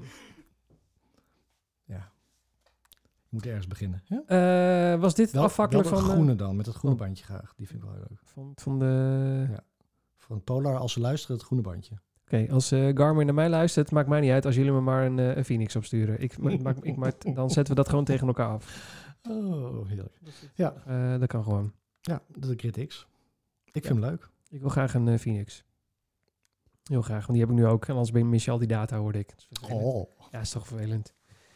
Ja. We moeten ergens beginnen. Ja? Uh, was dit het Wel, afvakkelen wel de van, uh, groene dan, met het groene oh. bandje graag. Die vind ik wel heel leuk. van, van de... Ja. Van Polar, als ze luisteren, het groene bandje. Oké, okay, als uh, Garmin naar mij luistert, maakt mij niet uit als jullie me maar een, uh, een Phoenix opsturen. Ik, ma- maak, ik maak, dan zetten we dat gewoon tegen elkaar af. Oh, heerlijk. Ja, Uh, dat kan gewoon. ja dat is de Grid X. Ik Ja. vind hem leuk. Ik wil graag een uh, Phoenix. Heel graag, want die heb ik nu ook. En anders ben je mis je al die data, hoorde ik. Dat is vervelend. Oh. Ja, is toch vervelend.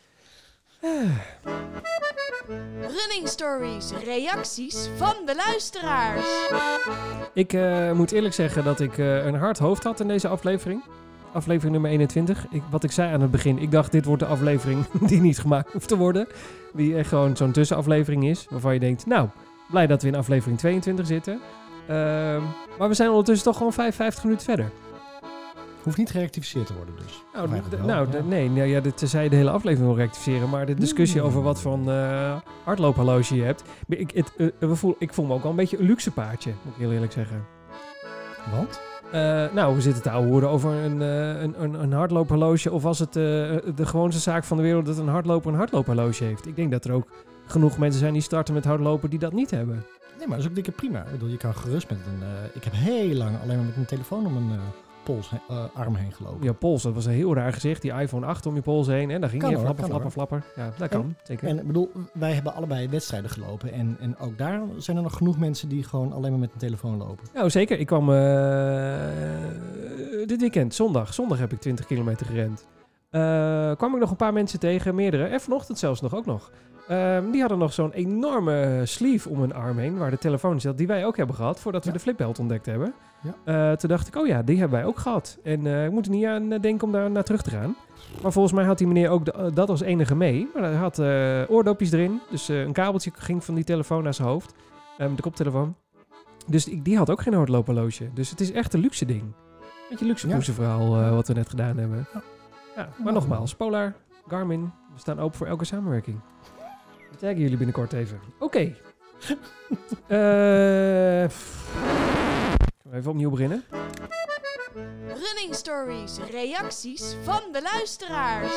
Running Stories, reacties van de luisteraars. Ik uh, moet eerlijk zeggen dat ik uh, een hard hoofd had in deze aflevering. Aflevering nummer eenentwintig. Ik, wat ik zei aan het begin, ik dacht dit wordt de aflevering die niet gemaakt hoeft te worden. Die echt gewoon zo'n tussenaflevering is. Waarvan je denkt, nou, blij dat we in aflevering tweeëntwintig zitten. Uh, maar we zijn ondertussen toch gewoon vijfenvijftig minuten verder. Hoeft niet gerectificeerd te worden dus. Nou, Of d- eigenlijk d- wel, nou ja. d- nee, nou, ja, dit zei je de hele aflevering wil rectificeren. Maar de discussie Mm. over wat voor uh, hardloophorloge je hebt. Ik, het, uh, we voel, ik voel me ook wel een beetje een luxe paardje, moet ik heel eerlijk zeggen. Want? Uh, nou, we zitten te ouwehoeren over een, uh, een, een, een hardloophorloge. Of was het uh, de gewoonste zaak van de wereld dat een hardloper een hardloophorloge heeft? Ik denk dat er ook genoeg mensen zijn die starten met hardlopen die dat niet hebben. Nee, maar dat is ook dikke prima. Ik bedoel, je kan gerust met een... Uh, ik heb heel lang alleen maar met een telefoon om mijn uh, pols, he- uh, arm heen gelopen. Ja, pols, dat was een heel raar gezicht. Die iPhone acht om je pols heen. En daar ging Kan je hoor, flapper, kan flapper, flapper. Ja, dat kan, zeker. En ik bedoel, wij hebben allebei wedstrijden gelopen. En, en ook daar zijn er nog genoeg mensen die gewoon alleen maar met een telefoon lopen. Nou, zeker. Ik kwam uh, dit weekend, zondag. Zondag heb ik twintig kilometer gerend. Uh, kwam ik nog een paar mensen tegen, meerdere. En vanochtend zelfs nog ook nog. Um, die hadden nog zo'n enorme sleeve om hun arm heen, waar de telefoon in zat, die wij ook hebben gehad, voordat we Ja. de flipbelt ontdekt hebben. Ja. Uh, toen dacht ik, oh ja, die hebben wij ook gehad. En uh, ik moet er niet aan denken om daar naar terug te gaan. Maar volgens mij had die meneer ook de, uh, dat als enige mee. Maar hij had uh, oordopjes erin, dus uh, een kabeltje ging van die telefoon naar zijn hoofd, um, de koptelefoon. Dus die, die had ook geen hardloophorloge. Dus het is echt een luxe ding. Beetje luxe Ja. poezen verhaal uh, wat we net gedaan hebben. Ja. Ja, maar nogmaals, Polar, Garmin, we staan open voor elke samenwerking. We taggen jullie binnenkort even. Oké, okay. Eh, pff. Even opnieuw beginnen. Running Stories, reacties van de luisteraars.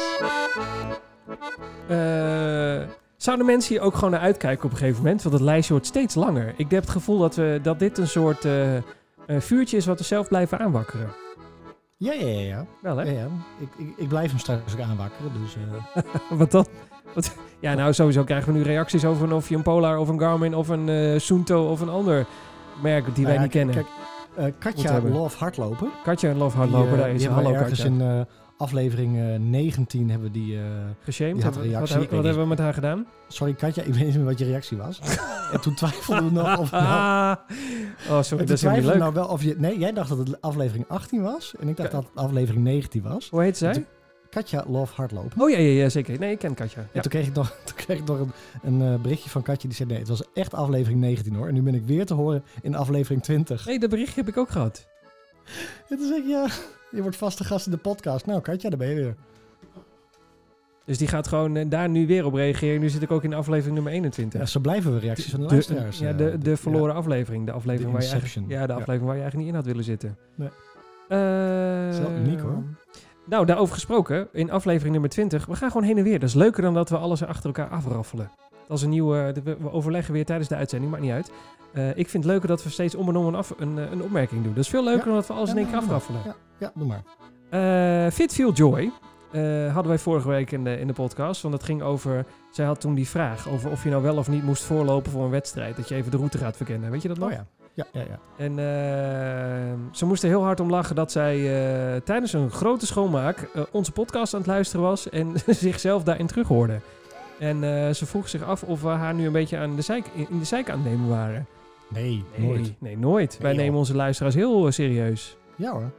Uh, zouden mensen hier ook gewoon naar uitkijken op een gegeven moment? Want het lijstje wordt steeds langer. Ik heb het gevoel dat, we, dat dit een soort uh, uh, vuurtje is wat we zelf blijven aanwakkeren. Ja, ja, ja. ja. Wel, hè? Ja, ja. Ik, ik, ik blijf hem straks ook aanwakkeren. Dus, uh... Wat dan? Wat? Ja, nou sowieso krijgen we nu reacties over of je een Polar of een Garmin of een uh, Suunto of een ander merk die nou wij ja, niet kennen. Kijk, uh, Katja Love Hardlopen. Katja Love Hardlopen, die, uh, daar is die een hallo hallo ergens Katja. in uh, aflevering uh, negentien hebben we die... Uh, Geshamed? die had een reactie. Wat, wat hebben we met haar gedaan? Sorry Katja, ik weet niet meer wat je reactie was. En toen twijfelden we nog of... Nou, oh, sorry, dat is helemaal niet leuk. Nou wel of je, nee, jij dacht dat het aflevering achttien was. En ik dacht Ka- dat het aflevering negentien was. Hoe heet zij? Katja Love Hardlopen. Oh ja, ja, ja, zeker. Nee, ik ken Katja. En Ja. toen kreeg ik nog, toen kreeg ik nog een, een uh, berichtje van Katja die zei... Nee, het was echt aflevering negentien hoor. En nu ben ik weer te horen in aflevering twintig. Nee, dat berichtje heb ik ook gehad. En toen zeg ik, ja, je wordt vaste gast in de podcast. Nou Katja, daar ben je weer. Dus die gaat gewoon uh, daar nu weer op reageren. Nu zit ik ook in aflevering nummer eenentwintig. Ja, zo blijven we reacties van de, De, luisteraars. ja, uh, de, de ja. verloren aflevering. De aflevering, De waar je, eigenlijk, Inception. ja, de Ja. aflevering waar je eigenlijk niet in had willen zitten. Nee. Uh, Dat is wel uniek, hoor. Nou, daarover gesproken, in aflevering nummer twintig, we gaan gewoon heen en weer. Dat is leuker dan dat we alles achter elkaar afraffelen. Dat is een nieuwe, we, we overleggen weer tijdens de uitzending, maakt niet uit. Uh, ik vind het leuker dat we steeds onbenomen af een, een opmerking doen. Dat is veel leuker Ja. dan dat we alles Ja, in één keer nou, doe afraffelen. maar. Ja, ja, doe maar. Uh, Fit Feel Joy uh, hadden wij vorige week in de, in de podcast. Want het ging over, zij had toen die vraag over of je nou wel of niet moest voorlopen voor een wedstrijd. Dat je even de route gaat verkennen. Weet je dat nog? Oh ja. Ja, ja, ja. En uh, ze moest er heel hard om lachen dat zij uh, tijdens een grote schoonmaak uh, onze podcast aan het luisteren was en zichzelf daarin terughoorde. En uh, ze vroeg zich af of we haar nu een beetje aan de zeik, in de zeik aan het nemen waren. Nee, Nee, nooit. nee, nooit. Nee, Wij joh. nemen onze luisteraars heel uh, serieus. Ja hoor.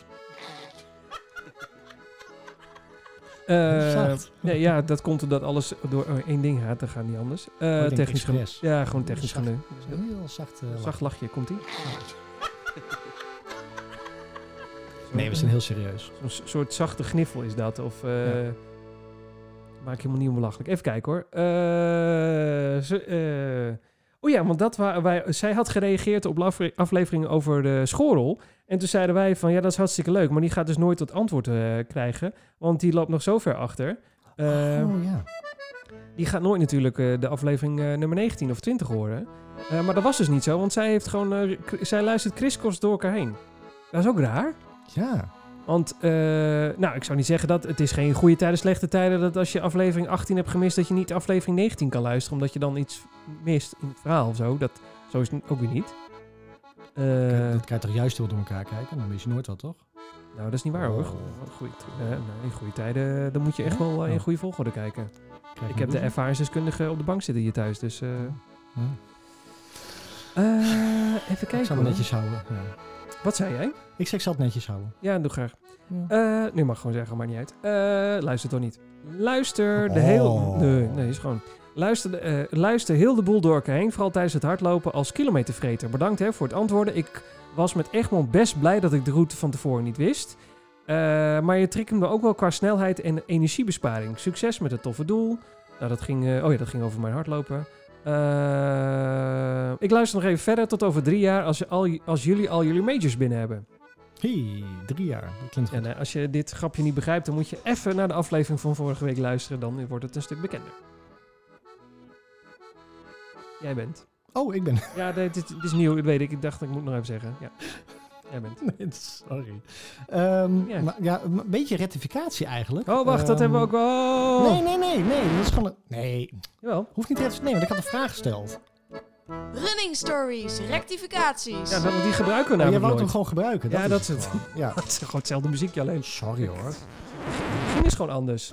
Uh, Zacht. nee, ja, dat komt omdat alles door uh, één ding gaat. Dat gaat niet anders. Uh, Oh, ik denk technisch geneu. expres. Ja, gewoon technisch Zacht. geneu. Heel zacht. Uh, Zacht lachje, komt ie? Nee, we zijn heel serieus. Zo'n s- soort zachte gniffel is dat. Of uh, Ja. maak je helemaal niet onbelachelijk. Even kijken hoor. Uh, ze, uh, oh ja, want dat waren wij, zij had gereageerd op de afle- aflevering over de schoolrol. En toen zeiden wij van ja, dat is hartstikke leuk. Maar die gaat dus nooit tot antwoord uh, krijgen. Want die loopt nog zo ver achter. Uh, oh ja. Die gaat nooit natuurlijk uh, de aflevering uh, nummer negentien of twintig horen. Uh, maar dat was dus niet zo. Want zij heeft gewoon, uh, k- zij luistert kriskos door elkaar heen. Dat is ook raar. Ja. Want, uh, nou, ik zou niet zeggen dat het is geen goede tijden, slechte tijden, dat als je aflevering achttien hebt gemist, dat je niet aflevering negentien kan luisteren, omdat je dan iets mist in het verhaal of zo. Dat, zo is het ook weer niet. Uh, Kijk, dat kan je toch juist wel door elkaar kijken? Dan mis je nooit wat, toch? nou, dat is niet waar hoor. Oh. Goeie, uh, nee, in goede tijden, dan moet je echt wel uh, in Oh. goede volgorde kijken. Krijg Ik je heb de ruzie? ervaringsdeskundige op de bank zitten hier thuis, dus... Uh, Ja. uh, even Ik kijken zal me hoor. netjes houden. Ja. Wat zei jij? Ik zeg, ik zal het netjes houden. Ja, doe graag. Ja. Uh, nu mag gewoon zeggen, maar niet uit. Uh, luister toch niet. Luister de Oh. heel... Nee, nee, is gewoon... Luister, de, uh, luister heel de boel door elkaar heen, vooral tijdens het hardlopen als kilometervreter. Bedankt hè, voor het antwoorden. Ik was met Egmond best blij dat ik de route van tevoren niet wist. Uh, maar je trikt me ook wel qua snelheid en energiebesparing. Succes met het toffe doel. Nou, dat ging, uh, oh ja, dat ging over mijn hardlopen. Uh, ik luister nog even verder tot over drie jaar als, je al, als jullie al jullie majors binnen hebben. Hey, drie jaar. Dat klinkt goed. En uh, als je dit grapje niet begrijpt, dan moet je even naar de aflevering van vorige week luisteren. Dan wordt het een stuk bekender. Jij bent. Oh, ik ben... Ja, dit, dit, dit is nieuw, dat weet ik. Ik dacht, ik moet het nog even zeggen. Ja, jij bent. Nee, sorry. Um, Ja. maar, ja, een beetje rectificatie eigenlijk. Oh, wacht, dat Ehm, hebben we ook wel. Oh. Nee, nee, nee, nee. Dat is gewoon een... Nee, Jawel. hoeft niet rectificatie. Nee, want ik had een vraag gesteld. Running Stories, rectificaties. Ja, dat, die gebruiken we Maar jij namelijk wou hem nooit. gewoon gebruiken. Ja, dat is is het. gewoon. Ja, Het is gewoon hetzelfde muziekje alleen. sorry hoor. Misschien is het gewoon anders.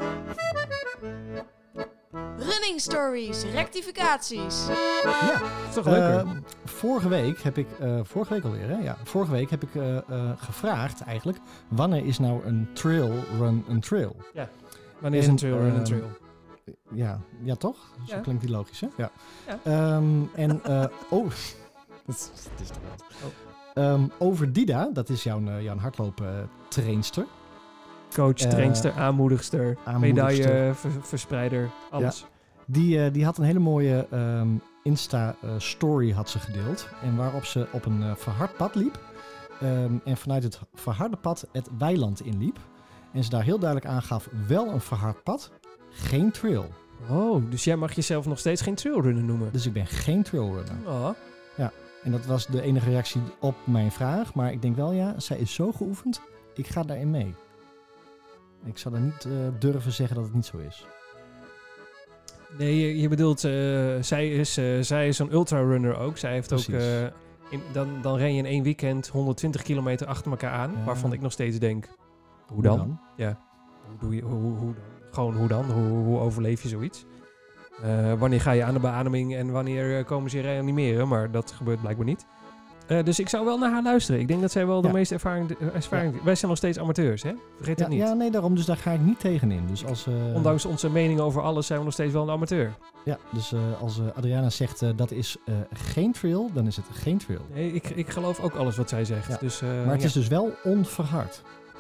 Running Stories, rectificaties. Ja. Dat is toch leuker? Ehm, vorige week heb ik, uh, vorige week alweer, hè? Ja, vorige week heb ik uh, uh, gevraagd eigenlijk, wanneer is nou een trail run een trail? Wanneer is en, een trail run een ehm, trail? Ja, ja toch? Zo Ja. klinkt die logisch, hè? Ja. Ja. Um, en, uh, oh, dat is, dat is toch wat. Um, over Dida, dat is jouw, uh, jouw hardlopen uh, trainster. Coach, Uh, trainster, aanmoedigster, aanmoedigster. medailleverspreider, alles. Die, uh, die had een hele mooie um, Insta-story had ze gedeeld. En waarop ze op een uh, verhard pad liep. Um, en vanuit het verharde pad het weiland inliep. En ze daar heel duidelijk aangaf, wel een verhard pad, geen trail. Oh, dus jij mag jezelf nog steeds geen trailrunner noemen? Dus ik ben geen trailrunner. Oh. Ja, en dat was de enige reactie op mijn vraag. Maar ik denk wel, ja, zij is zo geoefend, ik ga daarin mee. Ik zou dan niet uh, durven zeggen dat het niet zo is. Nee, je, je bedoelt, uh, zij is, uh, zij is een ultrarunner ook. Zij heeft Precies. ook... Uh, in, dan, dan ren je in één weekend honderdtwintig kilometer achter elkaar aan. Ja. Waarvan ik nog steeds denk, hoe dan? Hoe dan? Ja, hoe doe je, hoe, hoe, hoe dan? Gewoon hoe dan? Hoe, hoe overleef je zoiets? Uh, wanneer ga je aan de beademing en wanneer uh, komen ze je reanimeren? Maar dat gebeurt blijkbaar niet. Uh, dus ik zou wel naar haar luisteren. Ik denk dat zij wel de ja. meeste ervaring... ervaring ja. Wij zijn nog steeds amateurs, hè? Vergeet ja, dat niet. Ja, nee, daarom. Dus daar ga ik niet tegenin. Dus als, uh... Ondanks onze mening over alles zijn we nog steeds wel een amateur. Ja, dus uh, als uh, Adriana zegt uh, dat is uh, geen trail, dan is het geen trail. Nee, ik, ik geloof ook alles wat zij zegt. Ja. Dus, uh, maar het ja. is dus wel onverhard.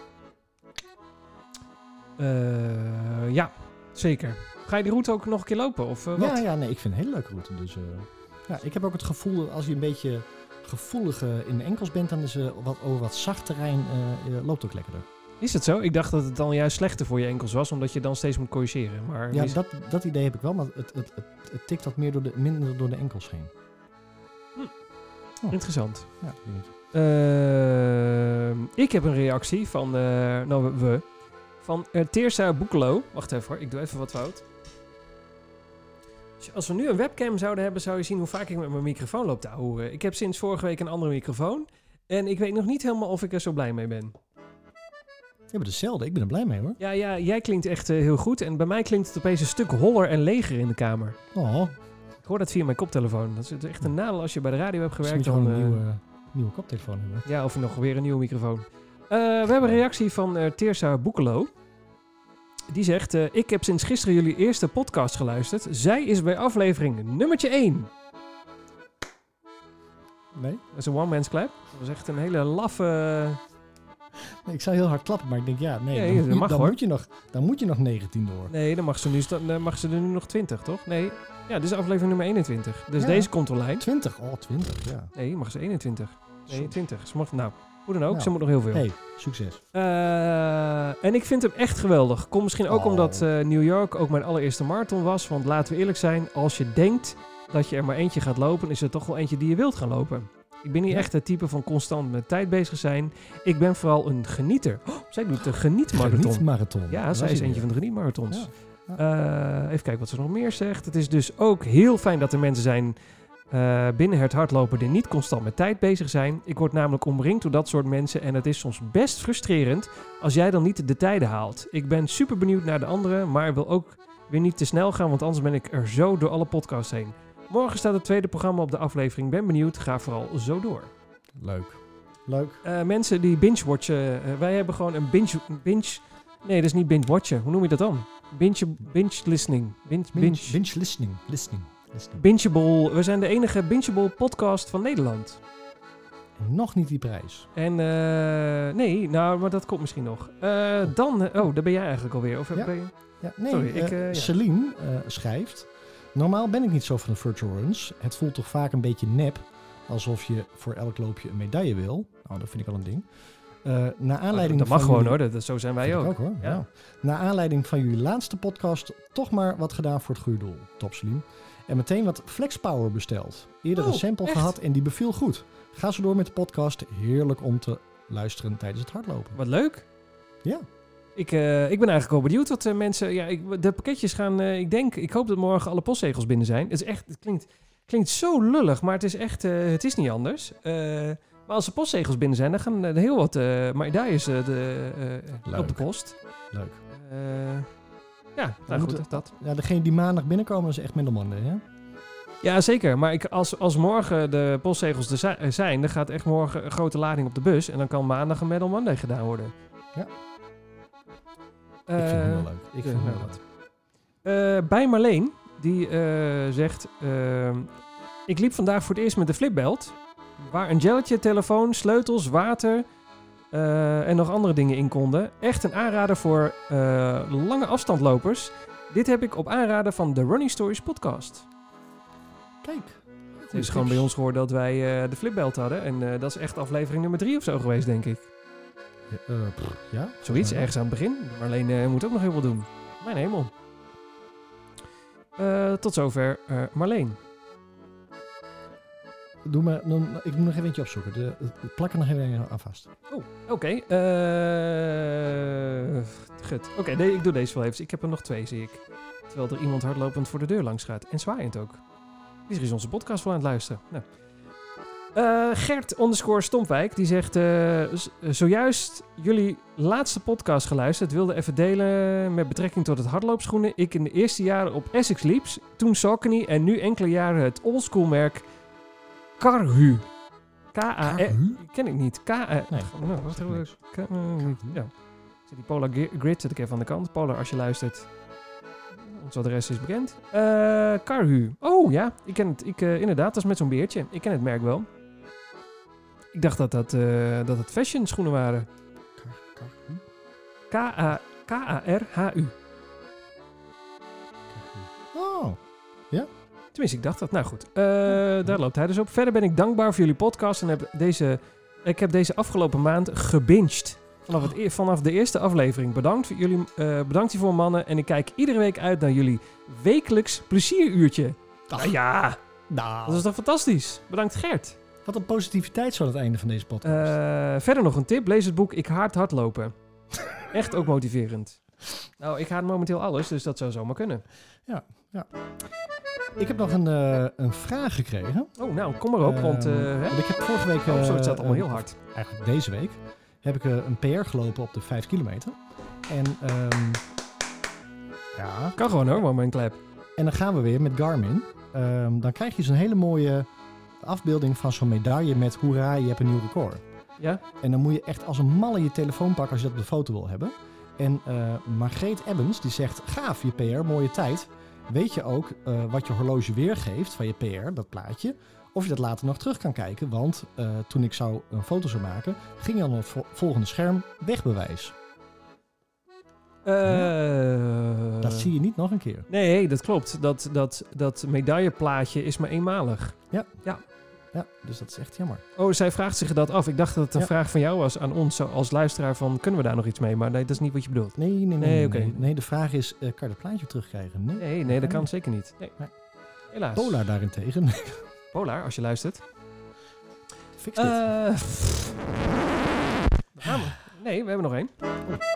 Uh, ja, zeker. Ga je die route ook nog een keer lopen? Of, uh, wat? Ja, ja, nee, ik vind het een hele leuke route. Dus, uh, ja, ik heb ook het gevoel dat als je een beetje gevoelig uh, in de enkels bent, dan is uh, wat, over wat zacht terrein uh, uh, loopt ook lekkerder. Is het zo? Ik dacht dat het dan juist slechter voor je enkels was, omdat je dan steeds moet corrigeren. Maar ja, is... dat, dat idee heb ik wel, maar het, het, het, het tikt wat meer door de, minder door de enkels heen. Hm. Oh. Interessant. Ja, weet uh, ik heb een reactie van, uh, nou we, van uh, Teersa Boekelo. Wacht even hoor, ik doe even wat fout. Als we nu een webcam zouden hebben, zou je zien hoe vaak ik met mijn microfoon loop te houden. Ik heb sinds vorige week een andere microfoon. En ik weet nog niet helemaal of ik er zo blij mee ben. Ja, maar hetzelfde. Ik ben er blij mee hoor. Ja, ja jij klinkt echt uh, heel goed. En bij mij klinkt het opeens een stuk holler en leger in de kamer. Oh. Ik hoor dat via mijn koptelefoon. Dat is echt een nadeel als je bij de radio hebt gewerkt. Dan moet je dan, gewoon uh, een nieuwe, nieuwe koptelefoon hebben. Ja, of nog weer een nieuwe microfoon. Uh, we hebben een reactie van uh, Teersa Boekelo. Die zegt, uh, ik heb sinds gisteren jullie eerste podcast geluisterd. Zij is bij aflevering nummertje één. Nee? Dat is een one-man's clap. Dat was echt een hele laffe... Nee, ik zou heel hard klappen, maar ik denk ja, nee, nee dan, dat mag, dan, hoor. Moet je nog, dan moet je nog negentien door. Nee, dan mag ze, nu, dan mag ze er nu nog twintig, toch? Nee, ja, dit is aflevering nummer eenentwintig. Dus ja. deze komt online. twintig, oh twintig, ja. Nee, mag ze eenentwintig. Nee, twintig. Ze mag, nou, hoe dan ook, nou, ze moet nog heel veel. Hey, succes. Uh, en ik vind hem echt geweldig. Komt misschien ook oh. omdat uh, New York ook mijn allereerste marathon was. Want laten we eerlijk zijn, als je denkt dat je er maar eentje gaat lopen, is er toch wel eentje die je wilt gaan lopen. Ik ben niet ja. echt het type van constant met tijd bezig zijn. Ik ben vooral een genieter. Oh, zij doet de genietmarathon. Genietmarathon. Ja, dat zij is eentje van de genietmarathons. Ja. Ja. Uh, even kijken wat ze nog meer zegt. Het is dus ook heel fijn dat er mensen zijn uh, binnen het hardlopen die niet constant met tijd bezig zijn. Ik word namelijk omringd door dat soort mensen en het is soms best frustrerend als jij dan niet de tijden haalt. Ik ben super benieuwd naar de anderen, maar wil ook weer niet te snel gaan, want anders ben ik er zo door alle podcasts heen. Morgen staat het tweede programma op de aflevering. Ben benieuwd. Ga vooral zo door. Leuk. Leuk. Uh, mensen die binge-watchen. Uh, wij hebben gewoon een binge, binge... Nee, dat is niet binge-watchen. Hoe noem je dat dan? Binge, binge-listening. Binge, binge. Binge, binge listening. Listening. listening. Bingeable. We zijn de enige bingeable podcast van Nederland. En nog niet die prijs. En uh, nee, nou, maar dat komt misschien nog. Uh, dan... Uh, oh, daar ben jij eigenlijk alweer. Of ja. ben je... Ja, nee, Sorry, uh, ik, uh, ja. Celine uh, schrijft... Normaal ben ik niet zo van de virtual runs. Het voelt toch vaak een beetje nep. Alsof je voor elk loopje een medaille wil. Nou, dat vind ik wel een ding. Uh, na aanleiding dat mag van gewoon jullie... hoor, dat, zo zijn wij ook. ook hoor. Ja. Ja. Na aanleiding van jullie laatste podcast toch maar wat gedaan voor het goede doel. Top Celine. En meteen wat FlexPower besteld. Eerder oh, een sample echt? gehad en die beviel goed. Ga zo door met de podcast. Heerlijk om te luisteren tijdens het hardlopen. Wat leuk. Ja. Ik, uh, ik ben eigenlijk wel benieuwd wat uh, mensen... Ja, ik, de pakketjes gaan... Uh, ik denk... Ik hoop dat morgen alle postzegels binnen zijn. Het is echt... Het klinkt, klinkt zo lullig, maar het is echt... Uh, het is niet anders. Uh, maar als de postzegels binnen zijn, dan gaan er heel wat uh, medailles uh, de, uh, op de post. Leuk. Uh, ja, nou goed, moeten, dat. Ja, degene die maandag binnenkomen, is echt minder mannen, hè? Ja, zeker. Maar ik, als, als morgen de postzegels er zijn, dan gaat echt morgen een grote lading op de bus. En dan kan maandag een Medal Monday gedaan worden. Ja. Uh, ik vind het heel leuk. Ik vind uh, het heel leuk. Uh, bij Marleen, die uh, zegt... Uh, ik liep vandaag voor het eerst met de flipbelt. Waar een gelletje, telefoon, sleutels, water... Uh, en nog andere dingen in konden. Echt een aanrader voor uh, lange afstandlopers. Dit heb ik op aanraden van de Running Stories podcast. Kijk. Het is gewoon bij ons gehoord dat wij uh, de flipbelt hadden. En uh, dat is echt aflevering nummer drie of zo geweest, denk ik. Ja? Uh, pff, ja? Zoiets, ja. ergens aan het begin. Marleen uh, moet ook nog heel veel doen. Mijn hemel. Uh, tot zover uh, Marleen. Doe maar, dan, ik moet nog even eentje opzoeken. De, de plak er nog even aan vast. Oh, oké. Okay. Uh, goed. Oké, okay, ik doe deze wel even. Ik heb er nog twee, zie ik. Terwijl er iemand hardlopend voor de deur langs gaat. En zwaaiend ook. Die is onze podcast wel aan het luisteren. Nou. Uh, Gert underscore Stompwijk, die zegt... Uh, z- zojuist jullie laatste podcast geluisterd. Wilde even delen met betrekking tot het hardloopschoenen. Ik in de eerste jaren op Essex Leaps. Toen Saucony en nu enkele jaren het oldschoolmerk Karhu. K A R... Ken ik niet. K A... Nee. Nou, wat hebben we... Ja. Zit die Polar Grid zit ik even aan de kant. Polar, als je luistert... Ons adres is bekend. Uh, Karhu. Oh ja, ik ken het. Ik, uh, inderdaad, dat is met zo'n beertje. Ik ken het merk wel. Ik dacht dat, dat, uh, dat het fashion schoenen waren. K A R H U. Oh, ja? Tenminste, ik dacht dat. Nou goed, uh, daar loopt hij dus op. Verder ben ik dankbaar voor jullie podcast en heb deze, ik heb deze afgelopen maand gebinged. Vanaf, het e- vanaf de eerste aflevering. Bedankt voor jullie, uh, bedankt hiervoor mannen. En ik kijk iedere week uit naar jullie wekelijks plezieruurtje. Ah ja, nou. Dat is toch fantastisch. Bedankt Gert. Wat een positiviteit zo aan het einde van deze podcast. Uh, verder nog een tip. Lees het boek Ik haat hardlopen. Echt ook motiverend. Nou, ik haat momenteel alles, dus dat zou zomaar kunnen. Ja, ja. Ik heb nog een, uh, een vraag gekregen. Oh, nou, kom maar op, uh, want... Uh, hè? want ik heb vorige week... Uh, oh, zo, het staat allemaal uh, heel hard. Eigenlijk deze week heb ik uh, een P R gelopen op de vijf kilometer. En um, ja... Kan gewoon hoor, maar mijn klep. En dan gaan we weer met Garmin. Um, dan krijg je zo'n hele mooie afbeelding van zo'n medaille met hoera, je hebt een nieuw record. Ja? En dan moet je echt als een malle je telefoon pakken als je dat op de foto wil hebben. En uh, Margreet Ebbens die zegt, gaaf je P R, mooie tijd. Weet je ook uh, wat je horloge weergeeft van je P R, dat plaatje, of je dat later nog terug kan kijken. Want uh, toen ik zou een foto zou maken, ging je aan het vo- volgende scherm wegbewijs. Uh, ja, dat zie je niet nog een keer. Nee, dat klopt. Dat, dat, dat medailleplaatje is maar eenmalig. Ja. ja. Ja, dus dat is echt jammer. Oh, zij vraagt zich dat af. Ik dacht dat het een ja. vraag van jou was aan ons als luisteraar van... kunnen we daar nog iets mee? Maar nee, dat is niet wat je bedoelt. Nee, nee, nee. Nee, nee, okay. nee. nee de vraag is, uh, kan je dat plaatje terugkrijgen? Nee, nee, nee dat kan zeker niet. Nee. Nee. Helaas. Polar daarentegen. Polar, als je luistert. Fix dit. Uh, nee, we hebben nog één. Oh.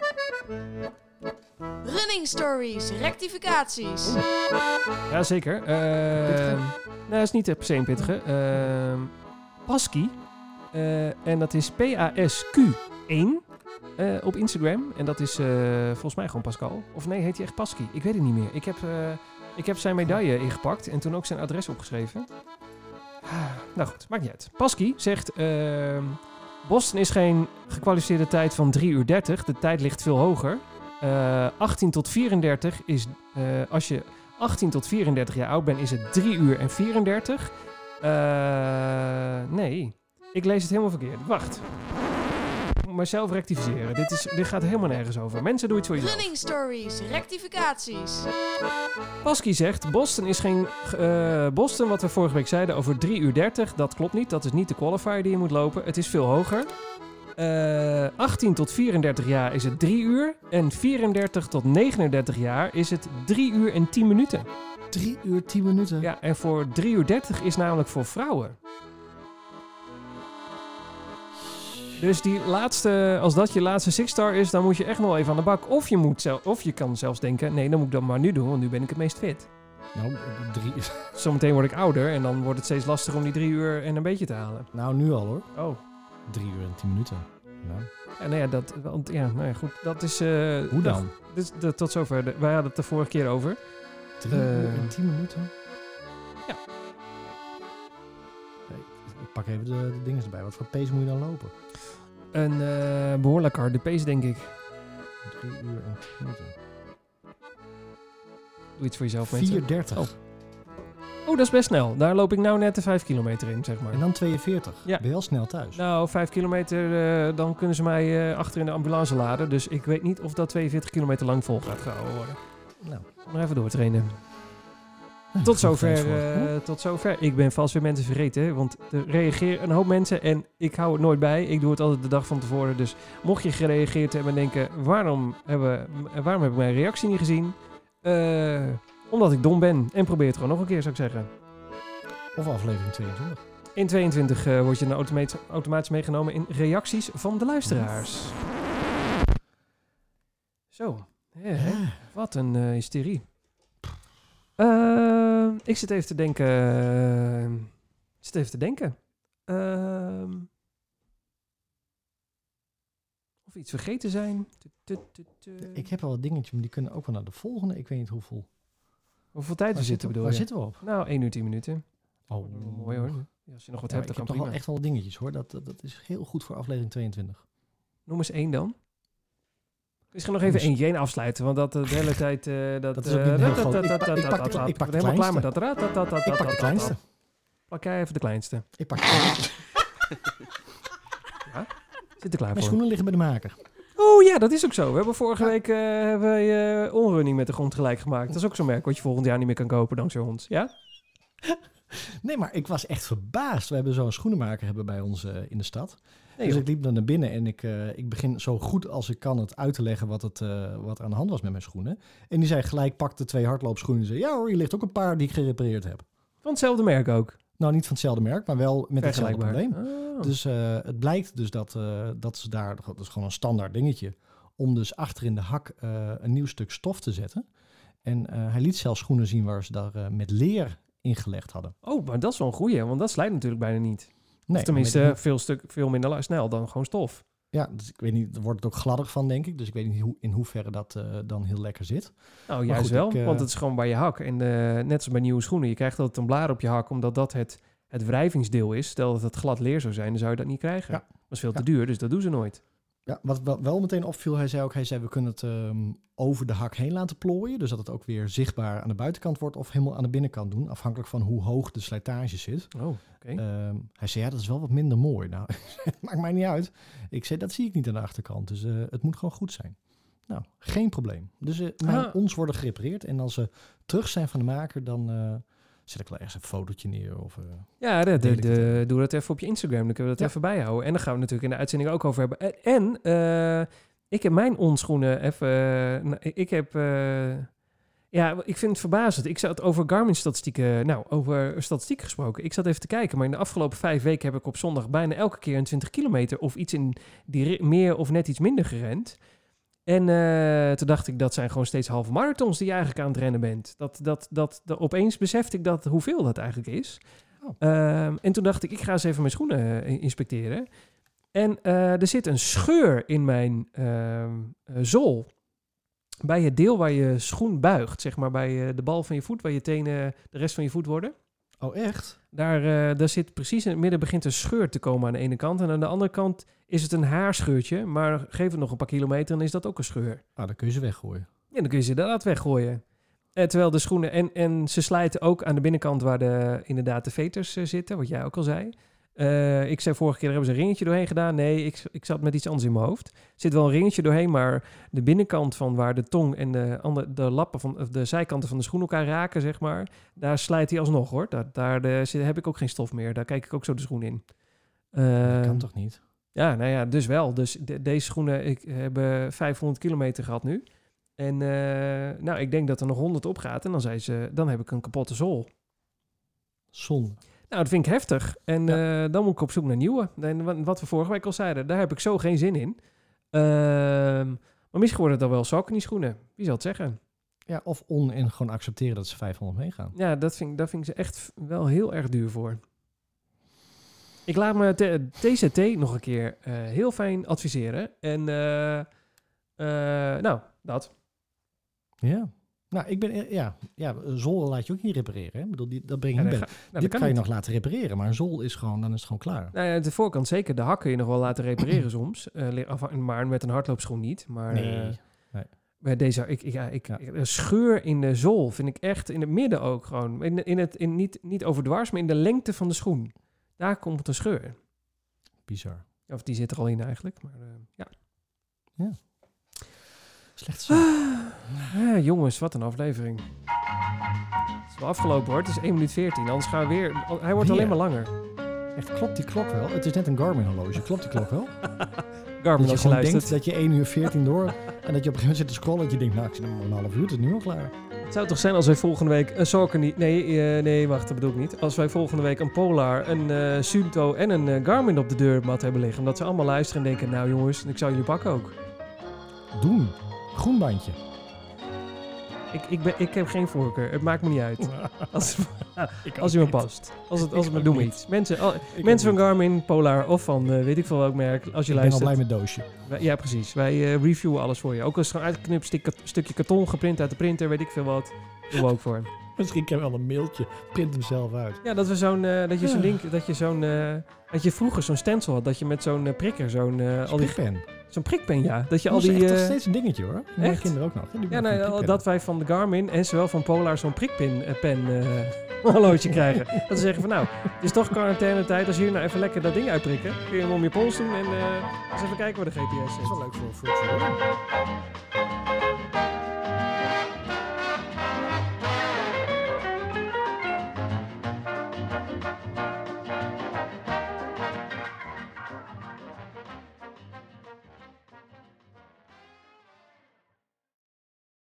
Running stories, rectificaties. Jazeker. Uh, nou, dat is niet per se een pittige. Uh, Pasky. Uh, en dat is P A S Q één uh, op Instagram. En dat is uh, volgens mij gewoon Pascal. Of nee, heet hij echt Pasky? Ik weet het niet meer. Ik heb, uh, ik heb zijn medaille ingepakt en toen ook zijn adres opgeschreven. Ah, nou goed, maakt niet uit. Pasky zegt... Uh, Boston is geen gekwalificeerde tijd van drie uur dertig. De tijd ligt veel hoger. Uh, achttien tot vierendertig is... Uh, als je achttien tot vierendertig jaar oud bent, is het drie uur en vierendertig. Uh, nee, ik lees het helemaal verkeerd. Wacht. Ik moet mezelf rectificeren. Dit, is, dit gaat helemaal nergens over. Mensen, doe iets voor jezelf. Running stories, rectificaties. Pasky zegt, Boston is geen... Uh, Boston, wat we vorige week zeiden over drie uur dertig, dat klopt niet. Dat is niet de qualifier die je moet lopen. Het is veel hoger. Uh, achttien tot vierendertig jaar is het drie uur. En vierendertig tot negenendertig jaar is het drie uur en tien minuten. drie uur tien minuten? Ja, en voor drie uur dertig is namelijk voor vrouwen. Dus die laatste, als dat je laatste six-star is, dan moet je echt nog even aan de bak. Of je, moet zelf, of je kan zelfs denken, nee, dan moet ik dat maar nu doen, want nu ben ik het meest fit. Nou, drie... Zometeen word ik ouder en dan wordt het steeds lastiger om die drie uur en een beetje te halen. Nou, nu al hoor. Oh. Drie uur en tien minuten. Nou. Ja, nou ja, dat, want, ja, nou ja, goed, dat is... Uh, Hoe dan? Dus, de, tot zover. De, wij hadden het de vorige keer over. Drie uh, uur en tien minuten? Ja. Nee, ik pak even de, de dingen erbij. Wat voor pace moet je dan lopen? Een uh, behoorlijk harde pace, denk ik. Drie uur en tien minuten. Doe iets voor jezelf, mensen. vier dertig. Oh. Oh, dat is best snel. Daar loop ik nou net de vijf kilometer in, zeg maar. En dan tweeënveertig. Ja. Ben je al snel thuis? Nou, vijf kilometer, uh, dan kunnen ze mij uh, achter in de ambulance laden. Dus ik weet niet of dat tweeënveertig kilometer lang vol gaat gehouden worden. Nou. Nog even doortrainen. Tot zover, Vrees voor. uh, tot zover. Ik ben vast weer mensen vergeten, want er reageren een hoop mensen en ik hou het nooit bij. Ik doe het altijd de dag van tevoren. Dus mocht je gereageerd hebben en denken, waarom, hebben, waarom heb ik mijn reactie niet gezien? Uh, omdat ik dom ben. En probeer het gewoon nog een keer, zou ik zeggen. Of aflevering tweeëntwintig. In tweeëntwintig uh, word je dan automatisch, automatisch meegenomen in reacties van de luisteraars. Zo, hè, hè? Ja. Wat een uh, hysterie. Uh, ik zit even te denken. Uh, ik zit even te denken. Uh, of we iets vergeten zijn. Tu, tu, tu, tu. Ik heb al wat dingetjes, maar die kunnen ook wel naar de volgende. Ik weet niet hoeveel. Hoeveel tijd we zitten, bedoel Waar je? zitten we op? Nou, één uur, tien minuten. Oh, Oh, mooi hoor. Ja, als je nog wat Ja, hebt, ik dan heb kan toch prima. wel echt wel dingetjes hoor. Dat, dat, dat is heel goed voor aflevering tweeëntwintig. Noem eens één dan. Ik ga nog even eentje één afsluiten, want dat uh, de hele tijd... Uh, dat, Dat is ook niet heel uh, groot. dat- Ik dat- pak- dat- ik dat- pak dat- de- dat- ik pak ik de ben helemaal klaar met kleinste. dat. Ra- dat- dat- dat- Ik dat- pak de dat- kleinste. Pak jij even de kleinste. Ik pak de Zit er klaar Mijn voor. schoenen liggen bij de maker. Oh ja, dat is ook zo. We hebben vorige Ja. week uh, hebben wij, uh, onrunning met de grond gelijk gemaakt. Dat is ook zo'n merk wat je volgend jaar niet meer kan kopen dankzij ons. Ja? Nee, maar ik was echt verbaasd. We hebben zo'n schoenenmaker hebben bij ons uh, in de stad. Nee, dus joh. ik liep dan naar binnen en ik, uh, ik begin zo goed als ik kan het uit te leggen wat, het, uh, wat er aan de hand was met mijn schoenen. En die zei gelijk, pakte twee hardloopschoenen en zei, ja hoor, hier ligt ook een paar die ik gerepareerd heb. Van hetzelfde merk ook. Nou, niet van hetzelfde merk, maar wel met hetzelfde Vergelijkbaar. probleem. Oh. Dus uh, het blijkt dus dat, uh, dat ze daar, dat is gewoon een standaard dingetje, om dus achter in de hak uh, een nieuw stuk stof te zetten. En uh, hij liet zelfs schoenen zien waar ze daar uh, met leer ingelegd hadden. Oh, maar dat is wel een goeie, want dat slijt natuurlijk bijna niet. Nee, Of tenminste, maar met- veel, stuk, veel minder la- snel dan gewoon stof. Ja, dus ik weet niet, er wordt het ook gladder van, denk ik. Dus ik weet niet hoe, in hoeverre dat uh, dan heel lekker zit. Nou, Maar juist goed, wel, ik, uh, want het is gewoon bij je hak. En uh, net als bij nieuwe schoenen, je krijgt altijd een blaar op je hak, omdat dat het, het wrijvingsdeel is. Stel dat het glad leer zou zijn, dan zou je dat niet krijgen. Ja. Dat is veel te Ja. duur, dus dat doen ze nooit. Ja, wat wel, wel meteen opviel, hij zei ook, hij zei we kunnen het um, over de hak heen laten plooien. Dus dat het ook weer zichtbaar aan de buitenkant wordt of helemaal aan de binnenkant doen. Afhankelijk van hoe hoog de slijtage zit. Oh, oké. Okay. Um, hij zei, ja, dat is wel wat minder mooi. Nou, maakt mij niet uit. Ik zei, dat zie ik niet aan de achterkant. Dus uh, het moet gewoon goed zijn. Nou, geen probleem. Dus uh, mijn Ah. ons worden gerepareerd. En als ze terug zijn van de maker, dan uh, zet ik wel ergens een fotootje neer. Of, uh, Ja, de, de, deel ik het de, even. doe dat even op je Instagram. Dan kunnen we dat Ja. even bijhouden. En dan gaan we natuurlijk in de uitzending ook over hebben. En, en uh, ik heb mijn onschoenen even... Uh, ik heb... Uh, ja, ik vind het verbazend. Ik zat over Garmin-statistieken... Nou, over statistieken gesproken. Ik zat even te kijken. Maar in de afgelopen vijf weken heb ik op zondag bijna elke keer een twintig kilometer... of iets in die meer of net iets minder gerend. En uh, toen dacht ik, dat zijn gewoon steeds halve marathons die je eigenlijk aan het rennen bent. Dat, dat, dat, dat, opeens besefte ik dat, hoeveel dat eigenlijk is. Oh. Uh, en toen dacht ik, ik ga eens even mijn schoenen uh, inspecteren. En uh, er zit een scheur in mijn uh, uh, zool. Bij het deel waar je schoen buigt, zeg maar bij uh, de bal van je voet, waar je tenen de rest van je voet worden. Oh, echt? Daar, uh, daar zit precies in het midden begint een scheur te komen aan de ene kant. En aan de andere kant is het een haarscheurtje. Maar geef het nog een paar kilometer en is dat ook een scheur. Ah, dan kun je ze weggooien. Ja, dan kun je ze inderdaad weggooien. Uh, terwijl de schoenen... En, en ze slijten ook aan de binnenkant waar de, inderdaad de veters uh, zitten. Wat jij ook al zei. Uh, ik zei vorige keer, hebben ze een ringetje doorheen gedaan. Nee, ik, ik zat met iets anders in mijn hoofd. Er zit wel een ringetje doorheen, maar de binnenkant van waar de tong en de, andere, de lappen van of de zijkanten van de schoen elkaar raken, zeg maar, daar slijt hij alsnog, hoor. Daar, daar de, zit, heb ik ook geen stof meer. Daar kijk ik ook zo de schoen in. Uh, dat kan toch niet? Ja, nou ja, dus wel. Dus de, deze schoenen ik, hebben vijfhonderd kilometer gehad nu. En uh, nou, ik denk dat er nog honderd op gaat. En dan, zei ze, dan heb ik een kapotte zool. Zonde. Nou, dat vind ik heftig. En ja. uh, dan moet ik op zoek naar nieuwe. En wat we vorige week al zeiden, daar heb ik zo geen zin in. Uh, maar misschien worden het dan wel Saucony schoenen. Wie zal het zeggen? Ja, of on en gewoon accepteren dat ze vijfhonderd meegaan. Ja, dat vind, daar vind ik ze echt wel heel erg duur voor. Ik laat me T Z T nog een keer uh, heel fijn adviseren. En uh, uh, nou, dat. Ja. Nou, ik ben, ja, ja, zool laat je ook niet repareren. Hè? Ik bedoel, die, dat breng je ja, niet ga, bij. nou, Die kan, kan je niet. nog laten repareren, maar een zool is gewoon, dan is het gewoon klaar. Nou ja, de voorkant zeker. De hak kun je nog wel laten repareren soms. Uh, maar met een hardloopschoen niet. Maar nee. Uh, nee. Bij deze, ik, ik, ja, ik, ja. Een scheur in de zool vind ik echt in het midden ook gewoon. In, in het, in, niet, niet overdwars, maar in de lengte van de schoen. Daar komt een scheur. Bizar. Of die zit er al in eigenlijk. Maar uh, ja. Ja. Slecht zo. Ah, jongens, wat een aflevering. Het is wel afgelopen hoor. Het is één minuut veertien. Anders gaan we weer... Hij wordt Weer? alleen maar langer. Echt, klopt die klok wel? Het is net een Garmin horloge. Klopt die klok wel? Garmin, Dat als je je gewoon denkt luistert. dat je één uur veertien door... en dat je op een gegeven moment zit te scrollen... dat je denkt, nou, ik zit nog maar een half uur. Het is nu al klaar. Het zou toch zijn als wij volgende week een Saucony... Nee, eh, nee, wacht, dat bedoel ik niet. Als wij volgende week een Polar, een eh Suunto en een eh, Garmin op de deurmat hebben liggen. Omdat ze allemaal luisteren en denken... Nou jongens, ik zou jullie pakken ook. Doen. Groen bandje. Ik, ik, ben, ik heb geen voorkeur. Het maakt me niet uit. Als, Ik als u me past. Als het, als het me ook doet me niet. iets. Mensen, al- Ik mensen ook van Garmin, Polar of van eh, weet ik veel welk merk. Als je Ik ben al luistert. blij met doosje. Wij- ja, precies. Wij eh, reviewen alles voor je. Ook als het gewoon uitgeknipt stuk, stukje karton, geprint uit de printer, weet ik veel wat. Doen we ook voor. Misschien kan je wel een mailtje. Print hem zelf uit. Ja, dat we zo'n, eh, dat je zo'n Ja. link, dat je zo'n, eh, dat je vroeger zo'n stencil had, dat je met zo'n eh, prikker, zo'n, eh, al die, Prikpen. zo'n prikpen, ja, dat je al Dat is die, echt nog eh, steeds een dingetje hoor. Mijn echt? kinderen ook nog. Die ja, doen nee, een al- prikpen. dat wij van de Garmin en zowel van Polar zo'n prikpin eh, pen eh, horloge krijgen. Dat ze zeggen van nou, het is toch quarantaine-tijd, als jullie nou even lekker dat ding uitprikken, kun je hem om je pols doen en eh, eens even kijken waar de G P S Dat is zit. wel leuk voor, voor het verhoor.